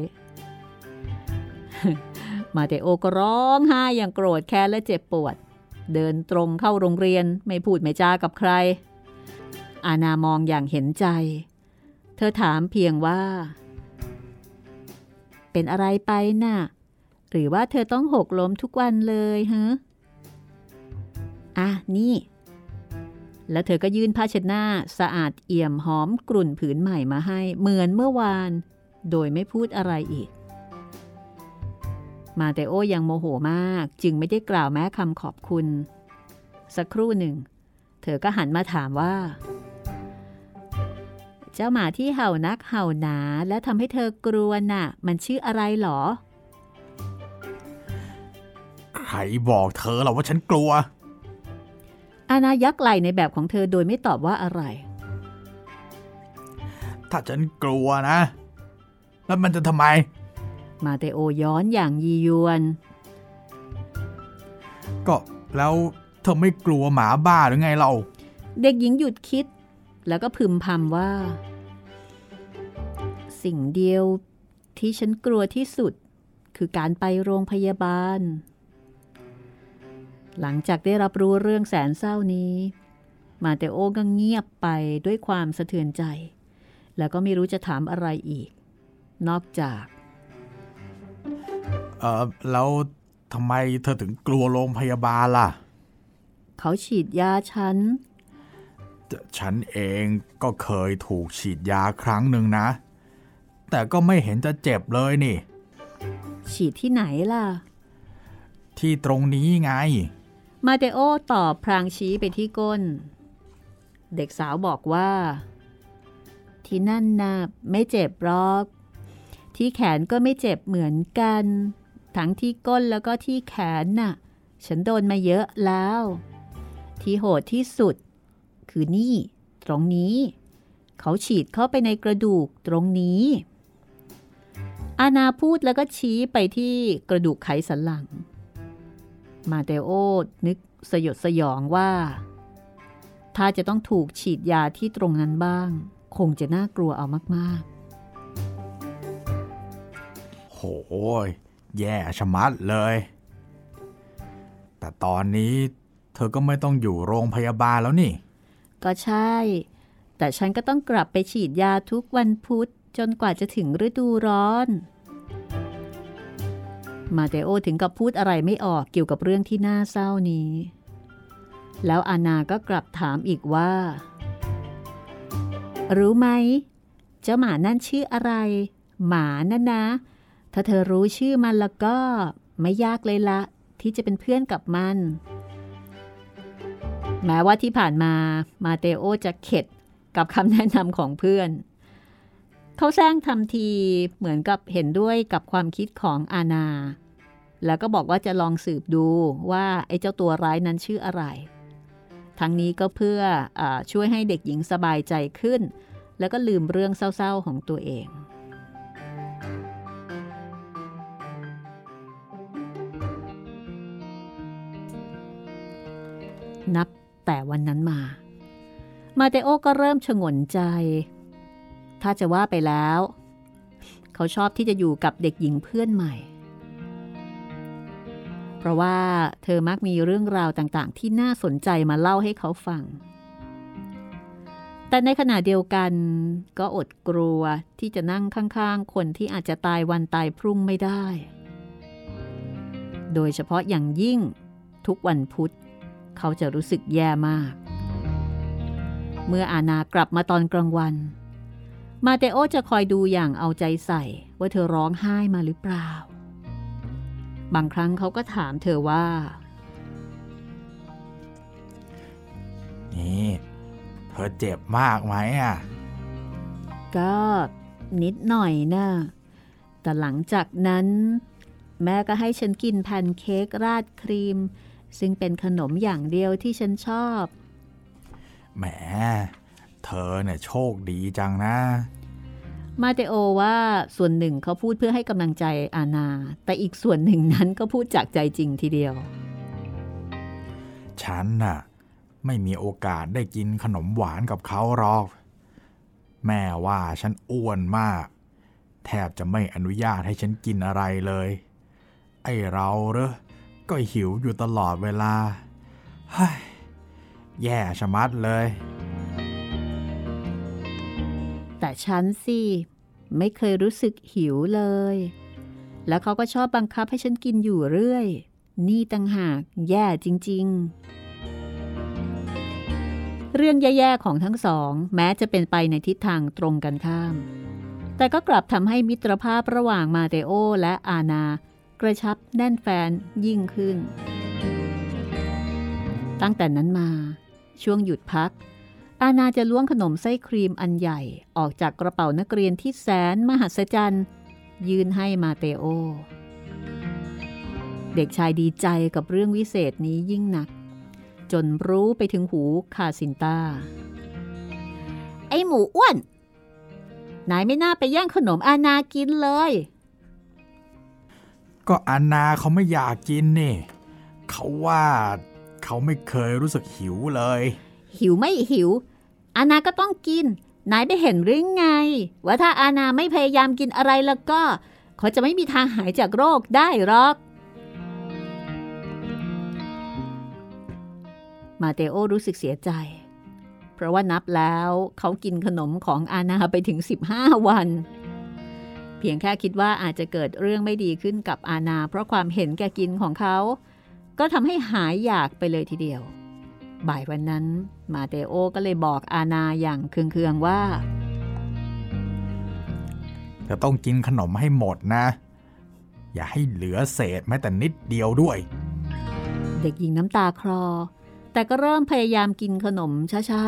Speaker 2: มาเตโอก็ร้องไห้อย่างโกรธแค้นและเจ็บปวดเดินตรงเข้าโรงเรียนไม่พูดไม่จากับใครอานามองอย่างเห็นใจเธอถามเพียงว่าเป็นอะไรไปน่ะหรือว่าเธอต้องหกล้มทุกวันเลยฮะอ่ะนี่แล้วเธอก็ยื่นผ้าเช็ดหน้าสะอาดเอี่ยมหอมกรุ่นผืนใหม่มาให้เหมือนเมื่อวานโดยไม่พูดอะไรอีกมาเตโอยังโมโหมากจึงไม่ได้กล่าวแม้คำขอบคุณสักครู่หนึ่งเธอก็หันมาถามว่าเจ้าหมาที่เห่านักเห่าหนาและทำให้เธอกลัวน่ะมันชื่ออะไรหรอ
Speaker 1: ใครบอกเธอหรอว่าฉันกลัว
Speaker 2: อานายักไหล่ในแบบของเธอโดยไม่ตอบว่าอะไร
Speaker 1: ถ้าฉันกลัวนะแล้วมันจะทำไม
Speaker 2: มาเตโอย้อนอย่างยียวน
Speaker 1: ก็แล้วเธอไม่กลัวหมาบ้าหรือไงเรา
Speaker 2: เด็กหญิงหยุดคิดแล้วก็พึมพำว่าสิ่งเดียวที่ฉันกลัวที่สุดคือการไปโรงพยาบาลหลังจากได้รับรู้เรื่องแสนเศร้านี้มาเตโอก็เงียบไปด้วยความสะเทือนใจแล้วก็ไม่รู้จะถามอะไรอีกนอกจาก
Speaker 1: เออแล้วทำไมเธอถึงกลัวโรงพยาบาลล่ะ
Speaker 2: เขาฉีดยาฉัน
Speaker 1: ฉันเองก็เคยถูกฉีดยาครั้งหนึ่งนะแต่ก็ไม่เห็นจะเจ็บเลยนี่
Speaker 2: ฉีดที่ไหนล่ะ
Speaker 1: ที่ตรงนี้ไง
Speaker 2: มาเตโอตอบพลางชี้ไปที่ก้นเด็กสาวบอกว่าที่นั่นน่ะไม่เจ็บหรอกที่แขนก็ไม่เจ็บเหมือนกันทั้งที่ก้นแล้วก็ที่แขนน่ะฉันโดนมาเยอะแล้วที่โหดที่สุดคือนี่ตรงนี้เขาฉีดเข้าไปในกระดูกตรงนี้อานาพูดแล้วก็ชี้ไปที่กระดูกไขสันหลังมาเตโอนึกสยดสยองว่าถ้าจะต้องถูกฉีดยาที่ตรงนั้นบ้างคงจะน่ากลัวเอามาก
Speaker 1: ๆโหยแย่ชะมัดเลยแต่ตอนนี้เธอก็ไม่ต้องอยู่โรงพยาบาลแล้วนี่
Speaker 2: ก็ใช่แต่ฉันก็ต้องกลับไปฉีดยาทุกวันพุธจนกว่าจะถึงฤดูร้อนมาเตโอถึงกับพูดอะไรไม่ออกเกี่ยวกับเรื่องที่น่าเศร้านี้แล้วอานาก็กลับถามอีกว่ารู้ไหมเจ้าหมานั่นชื่ออะไรหมานั่นนะถ้าเธอรู้ชื่อมันแล้วก็ไม่ยากเลยละที่จะเป็นเพื่อนกับมันแม้ว่าที่ผ่านมามาเตโอจะเข็ดกับคำแนะนำของเพื่อนเขาแซงทำทีเหมือนกับเห็นด้วยกับความคิดของอานาแล้วก็บอกว่าจะลองสืบดูว่าไอ้เจ้าตัวร้ายนั้นชื่ออะไรทั้งนี้ก็เพื่ออช่วยให้เด็กหญิงสบายใจขึ้นแล้วก็ลืมเรื่องเศร้าๆของตัวเองนับแต่วันนั้นมามาเตโอก็เริ่มฉงนใจถ้าจะว่าไปแล้วเขาชอบที่จะอยู่กับเด็กหญิงเพื่อนใหม่เพราะว่าเธอมักมีเรื่องราวต่างๆที่น่าสนใจมาเล่าให้เขาฟังแต่ในขณะเดียวกันก็อดกลัวที่จะนั่งข้างๆคนที่อาจจะตายวันตายพรุ่งไม่ได้โดยเฉพาะอย่างยิ่งทุกวันพุธเขาจะรู้สึกแย่มากเมื่ออาณากลับมาตอนกลางวันมาเตโอจะคอยดูอย่างเอาใจใส่ว่าเธอร้องไห้มาหรือเปล่าบางครั้งเขาก็ถามเธอว่า
Speaker 1: นี่เธอเจ็บมากไหมอ่ะ
Speaker 2: ก็นิดหน่อยนะแต่หลังจากนั้นแม่ก็ให้ฉันกินแพนเค้กราดครีมซึ่งเป็นขนมอย่างเดียวที่ฉันชอบ
Speaker 1: แหมเธอเนี่ยโชคดีจังนะ
Speaker 2: มาเตโอว่าส่วนหนึ่งเขาพูดเพื่อให้กำลังใจอานาแต่อีกส่วนหนึ่งนั้นก็พูดจากใจจริงทีเดียว
Speaker 1: ฉันน่ะไม่มีโอกาสได้กินขนมหวานกับเขาหรอกแม่ว่าฉันอ้วนมากแทบจะไม่อนุญาตให้ฉันกินอะไรเลยไอ้เราเหรอก็หิวอยู่ตลอดเวลาเฮ้ยแย่ชะมัดเลย
Speaker 2: แต่ฉันสิไม่เคยรู้สึกหิวเลยแล้วเขาก็ชอบบังคับให้ฉันกินอยู่เรื่อยนี่ต่างหากแย่จริงๆเรื่องแย่ๆของทั้งสองแม้จะเป็นไปในทิศทางตรงกันข้ามแต่ก็กลับทำให้มิตรภาพระหว่างมาเตโอและอานากระชับแน่นแฟนยิ่งขึ้นตั้งแต่นั้นมาช่วงหยุดพักอานาจะล้วงขนมไส้ครีมอันใหญ่ออกจากกระเป๋านักเรียนที่แสนมหัศจรรย์ยื่นให้มาเตโอเด็กชายดีใจกับเรื่องวิเศษนี้ยิ่งนักจนรู้ไปถึงหูคาซินต้าไอ้หมูอ้วนนายไม่น่าไปแย่งขนมอานากินเลย
Speaker 1: ก็อานาเขาไม่อยากกินนี่เขาว่าเขาไม่เคยรู้สึกหิวเลย
Speaker 2: หิวไม่หิวอานาก็ต้องกินนายไม่เห็นหรือไงว่าถ้าอานาไม่พยายามกินอะไรแล้วก็เขาจะไม่มีทางหายจากโรคได้หรอกมาเตโอรู้สึกเสียใจเพราะว่านับแล้วเขากินขนมของอานาไปถึงสิบห้าวันเพียงแค่คิดว่าอาจจะเกิดเรื่องไม่ดีขึ้นกับอานาเพราะความเห็นแก่กินของเขาก็ทำให้หายอยากไปเลยทีเดียวบ่ายวันนั้นมาเตโอก็เลยบอกอานาอย่างเคืองๆว่า
Speaker 1: จะต้องกินขนมให้หมดนะอย่าให้เหลือเศษแม้แต่นิดเดียวด้วย
Speaker 2: เด็กหญิงน้ำตาคลอแต่ก็เริ่มพยายามกินขนมช้า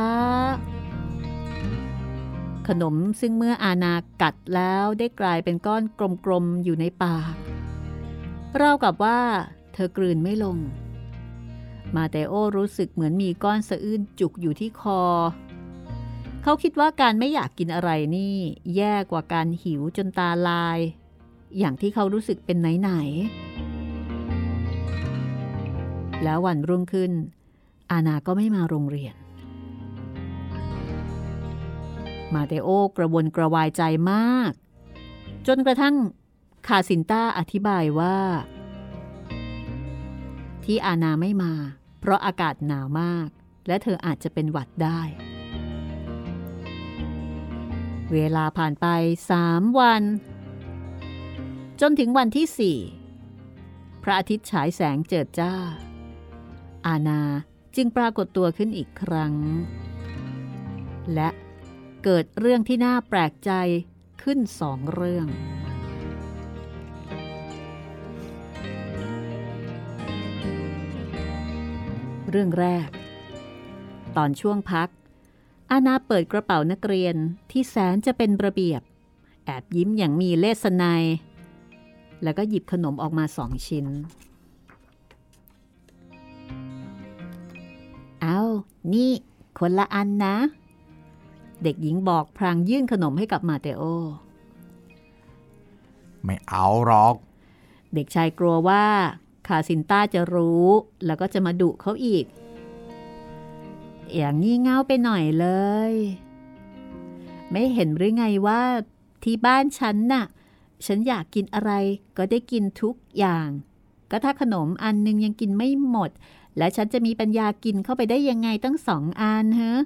Speaker 2: ๆขนมซึ่งเมื่ออานากัดแล้วได้กลายเป็นก้อนกลมๆอยู่ในปากราวกับว่าเธอกลืนไม่ลงมาเตโอรู้สึกเหมือนมีก้อนสะอื้นจุกอยู่ที่คอเขาคิดว่าการไม่อยากกินอะไรนี่แย่กว่าการหิวจนตาลายอย่างที่เขารู้สึกเป็นไหนๆแล้ววันรุ่งขึ้นอานาก็ไม่มาโรงเรียนมาเตโอกระวนกระวายใจมากจนกระทั่งคาซินต้าอธิบายว่าที่อานาไม่มาเพราะอากาศหนาวมากและเธออาจจะเป็นหวัดได้เวลาผ่านไปสามวันจนถึงวันที่สี่พระอาทิตย์ฉายแสงเจิดจ้าอานาจึงปรากฏตัวขึ้นอีกครั้งและเกิดเรื่องที่น่าแปลกใจขึ้นสองเรื่องเรื่องแรกตอนช่วงพักอานาเปิดกระเป๋านักเรียนที่แสนจะเป็นระเบียบแอบยิ้มอย่างมีเลสไนแล้วก็หยิบขนมออกมาสองชิ้นเอานี่คนละอันนะเด็กหญิงบอกพลางยื่นขนมให้กับมาเตโอ
Speaker 1: ไม่เอาหรอก
Speaker 2: เด็กชายกลัวว่าคาซินต้าจะรู้แล้วก็จะมาดุเขาอีกอย่างงี่เง่าไปหน่อยเลยไม่เห็นหรือไงว่าที่บ้านฉันน่ะฉันอยากกินอะไรก็ได้กินทุกอย่างก็ถ้าขนมอันนึงยังกินไม่หมดและฉันจะมีปัญญากินเข้าไปได้ยังไงตั้งสองอันฮะ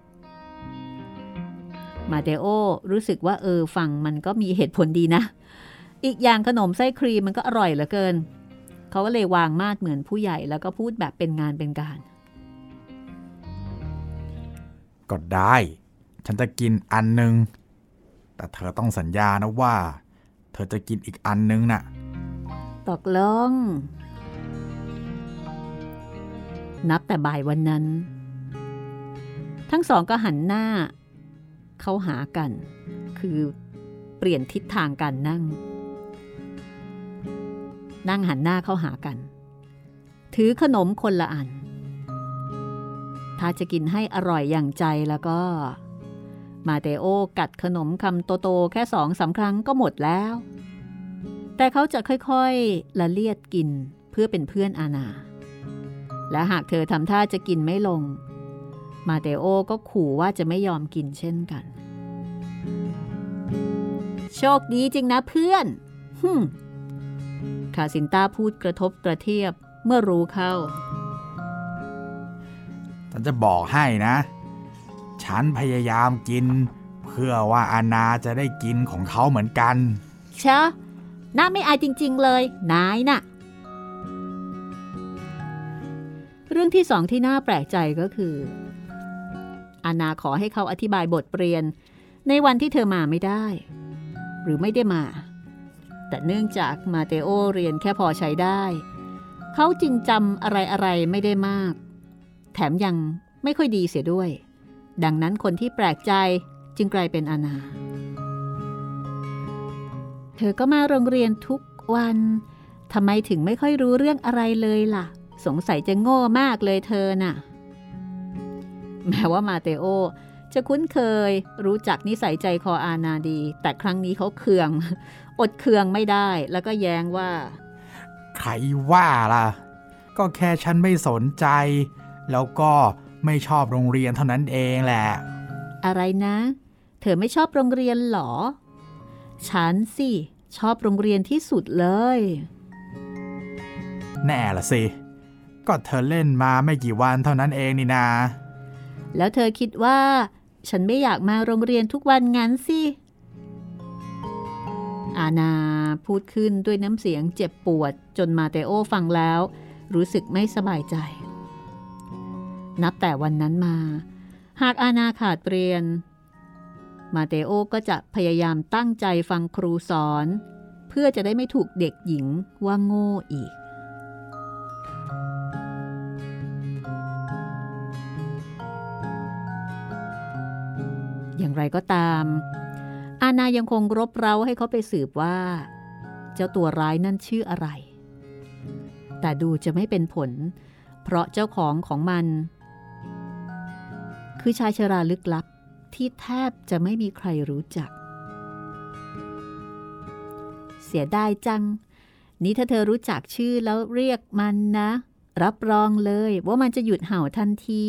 Speaker 2: มาเตโอรู้สึกว่าเออฟังมันก็มีเหตุผลดีนะอีกอย่างขนมไส้ครีมมันก็อร่อยเหลือเกินเขาก็เลยวางมาดเหมือนผู้ใหญ่แล้วก็พูดแบบเป็นงานเป็นการ
Speaker 1: ก็ได้ฉันจะกินอันนึงแต่เธอต้องสัญญานะว่าเธอจะกินอีกอันนึงน่ะ
Speaker 2: ตกลงนับแต่บ่ายวันนั้นทั้งสองก็หันหน้าเข้าหากันคือเปลี่ยนทิศทางการนั่งนั่งหันหน้าเข้าหากันถือขนมคนละอันถ้าจะกินให้อร่อยอย่างใจแล้วก็มาเตโอกัดขนมคำโตๆแค่สองสามครั้งก็หมดแล้วแต่เขาจะค่อยๆละเลียดกินเพื่อเป็นเพื่อนอานาและหากเธอทำท่าจะกินไม่ลงมาเตโอก็ขู่ว่าจะไม่ยอมกินเช่นกันโชคดีจริงนะเพื่อนฮึมคาซินต้าพูดกระทบกระเทียบเมื่อรู้เข้า
Speaker 1: ฉันจะบอกให้นะฉันพยายามกินเพื่อว่าอานาจะได้กินของเขาเหมือนกัน
Speaker 2: เชอะน่าไม่อายจริงๆเลยนายน่ะเรื่องที่สองที่น่าแปลกใจก็คืออานาขอให้เขาอธิบายบทเรียนในวันที่เธอมาไม่ได้หรือไม่ได้มาแต่เนื่องจากมาเตโอเรียนแค่พอใช้ได้เขาจึงจำอะไรๆไม่ได้มากแถมยังไม่ค่อยดีเสียด้วยดังนั้นคนที่แปลกใจจึงกลายเป็นอานาเธอก็มาโรงเรียนทุกวันทำไมถึงไม่ค่อยรู้เรื่องอะไรเลยล่ะสงสัยจะโง่มากเลยเธอน่ะแม้ว่ามาเตโอจะคุ้นเคยรู้จักนิสัยใจคออานาดีแต่ครั้งนี้เขาเคืองอดเคืองไม่ได้แล้วก็แย้งว่า
Speaker 1: ใครว่าล่ะก็แค่ฉันไม่สนใจแล้วก็ไม่ชอบโรงเรียนเท่านั้นเองแหละ
Speaker 2: อะไรนะเธอไม่ชอบโรงเรียนหรอฉันสิชอบโรงเรียนที่สุดเลย
Speaker 1: แน่ละสิก็เธอเล่นมาไม่กี่วันเท่านั้นเองนี่นา
Speaker 2: แล้วเธอคิดว่าฉันไม่อยากมาโรงเรียนทุกวันงั้นสิอานาพูดขึ้นด้วยน้ำเสียงเจ็บปวดจนมาเตโอฟังแล้วรู้สึกไม่สบายใจนับแต่วันนั้นมาหากอานาขาดเรียนมาเตโอก็จะพยายามตั้งใจฟังครูสอนเพื่อจะได้ไม่ถูกเด็กหญิงว่าโง่อีกอย่างไรก็ตามอานายังคงรบเร้าให้เขาไปสืบว่าเจ้าตัวร้ายนั่นชื่ออะไรแต่ดูจะไม่เป็นผลเพราะเจ้าของของมันคือชายชราลึกลับที่แทบจะไม่มีใครรู้จักเสียดายจังนี่ถ้าเธอรู้จักชื่อแล้วเรียกมันนะรับรองเลยว่ามันจะหยุดเห่าทันที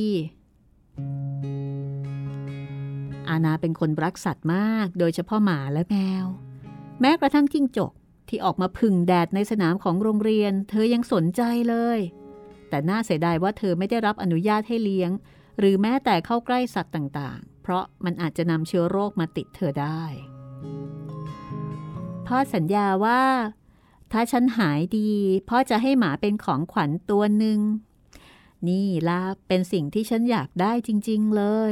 Speaker 2: อาณาเป็นคนรักสัตว์มากโดยเฉพาะหมาและแมวแม้กระทั่งจิ้งจกที่ออกมาพึ่งแดดในสนามของโรงเรียนเธอยังสนใจเลยแต่น่าเสียดายว่าเธอไม่ได้รับอนุญาตให้เลี้ยงหรือแม้แต่เข้าใกล้สัตว์ต่างๆเพราะมันอาจจะนำเชื้อโรคมาติดเธอได้พ่อสัญญาว่าถ้าฉันหายดีพ่อจะให้หมาเป็นของขวัญตัวหนึ่งนี่ล่ะเป็นสิ่งที่ฉันอยากได้จริงๆเลย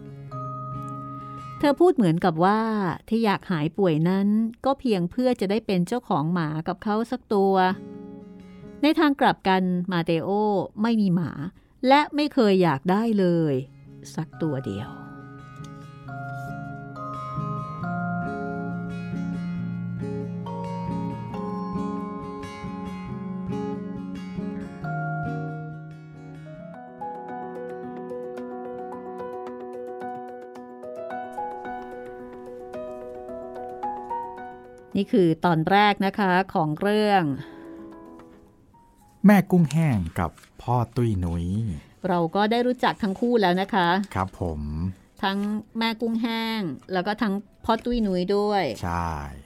Speaker 2: เธอพูดเหมือนกับว่าที่อยากหายป่วยนั้นก็เพียงเพื่อจะได้เป็นเจ้าของหมากับเขาสักตัวในทางกลับกันมาเตโอไม่มีหมาและไม่เคยอยากได้เลยสักตัวเดียวนี่คือตอนแรกนะคะของเรื่อง
Speaker 1: แม่กุ้งแห้งกับพ่อตุ้ยหนุย
Speaker 2: เราก็ได้รู้จักทั้งคู่แล้วนะคะ
Speaker 1: ครับผม
Speaker 2: ทั้งแม่กุ้งแห้งแล้วก็ทั้งพ่อตุ้ยหนุยด้วย
Speaker 1: ใช่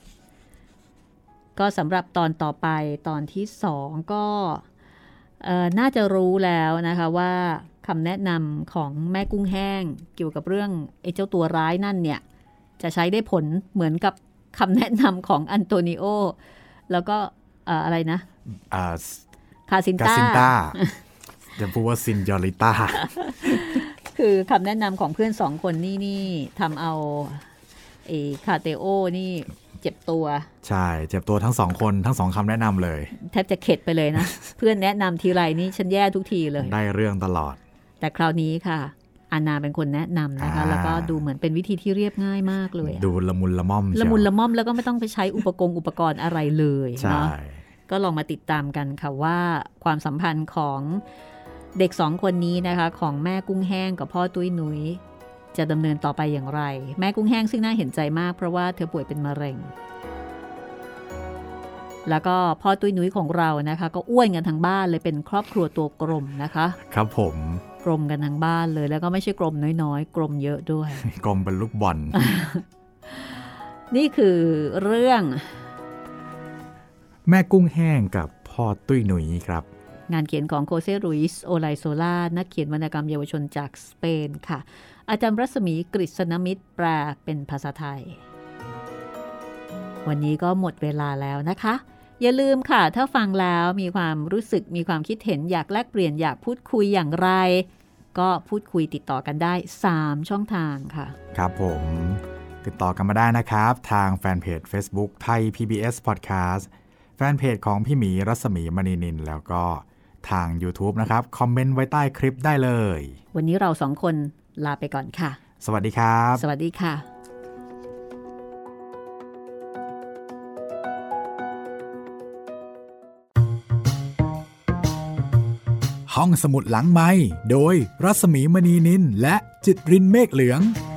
Speaker 2: ก็สำหรับตอนต่อไปตอนที่สองก็น่าจะรู้แล้วนะคะว่าคำแนะนำของแม่กุ้งแห้งเกี่ยวกับเรื่องไอ้เจ้าตัวร้ายนั่นเนี่ยจะใช้ได้ผลเหมือนกับคำแนะนำของอันโตนิโอแล้วก็อะไรนะคาซินต้า
Speaker 1: จะพูดว่าซินยอริต้า
Speaker 2: คือคำแนะนำของเพื่อนสองคนนี่นี่ทำเอาไอ้คาเตโอนี่เจ็บตัว
Speaker 1: ใช่เจ็บตัวทั้งสองคนทั้งสองคำแนะนำเลย
Speaker 2: แทบจะเข็ดไปเลยนะ เพื่อนแนะนำทีไรนี่ฉันแย่ทุกทีเลย
Speaker 1: ได้เรื่องตลอด
Speaker 2: แต่คราวนี้ค่ะอานาเป็นคนแนะนำนะคะแล้วก็ดูเหมือนเป็นวิธีที่เรียบง่ายมากเลย
Speaker 1: ดูละมุนละม่อม
Speaker 2: ละมุนละม่อมแล้วก็ไม่ต้องไปใช้อุปกรณ์อุปกรณ์อะไรเลยเนาะก็ลองมาติดตามกันค่ะว่าความสัมพันธ์ของเด็กสองคนนี้นะคะของแม่กุ้งแห้งกับพ่อตุ้ยหนุยจะดำเนินต่อไปอย่างไรแม่กุ้งแห้งซึ่งน่าเห็นใจมากเพราะว่าเธอป่วยเป็นมะเร็งแล้วก็พ่อตุ้ยหนุยของเรานะคะก็อ้วนกันทั้งบ้านเลยเป็นครอบครัวตัวกลมนะคะ
Speaker 1: ครับผม
Speaker 2: กลมกันทั้งบ้านเลยแล้วก็ไม่ใช่กลมน้อยๆกลมเยอะด้วย
Speaker 1: กลมเป็นลูกบอล
Speaker 2: นี่คือเรื่อง
Speaker 1: แม่กุ้งแห้งกับพ่อตุ้ยหนุยครับ
Speaker 2: งานเขียนของโคเซรุยส์โอไลโซล่านักเขียนวรรณกรรมเยาวชนจากสเปนค่ะอาจารย์รัศมีกฤษณมิตรแปลเป็นภาษาไทยวันนี้ก็หมดเวลาแล้วนะคะอย่าลืมค่ะถ้าฟังแล้วมีความรู้สึกมีความคิดเห็นอยากแลกเปลี่ยนอยากพูดคุยอย่างไรก็พูดคุยติดต่อกันได้สามช่องทางค่ะ
Speaker 1: ครับผมติดต่อกันมาได้นะครับทางแฟนเพจ Facebook ไทย พี บี เอส Podcast แฟนเพจของพี่หมีรัศมีมณีนินแล้วก็ทาง YouTube นะครับคอมเมนต์ไว้ใต้คลิปได้เลย
Speaker 2: วันนี้เราสองคนลาไปก่อนค่ะ
Speaker 1: สวัสดีครับ
Speaker 2: สวัสดีค่ะ
Speaker 1: ห้องสมุดหลังไมค์โดยรัศมีมณีนินและจิตรินเมฆเหลือง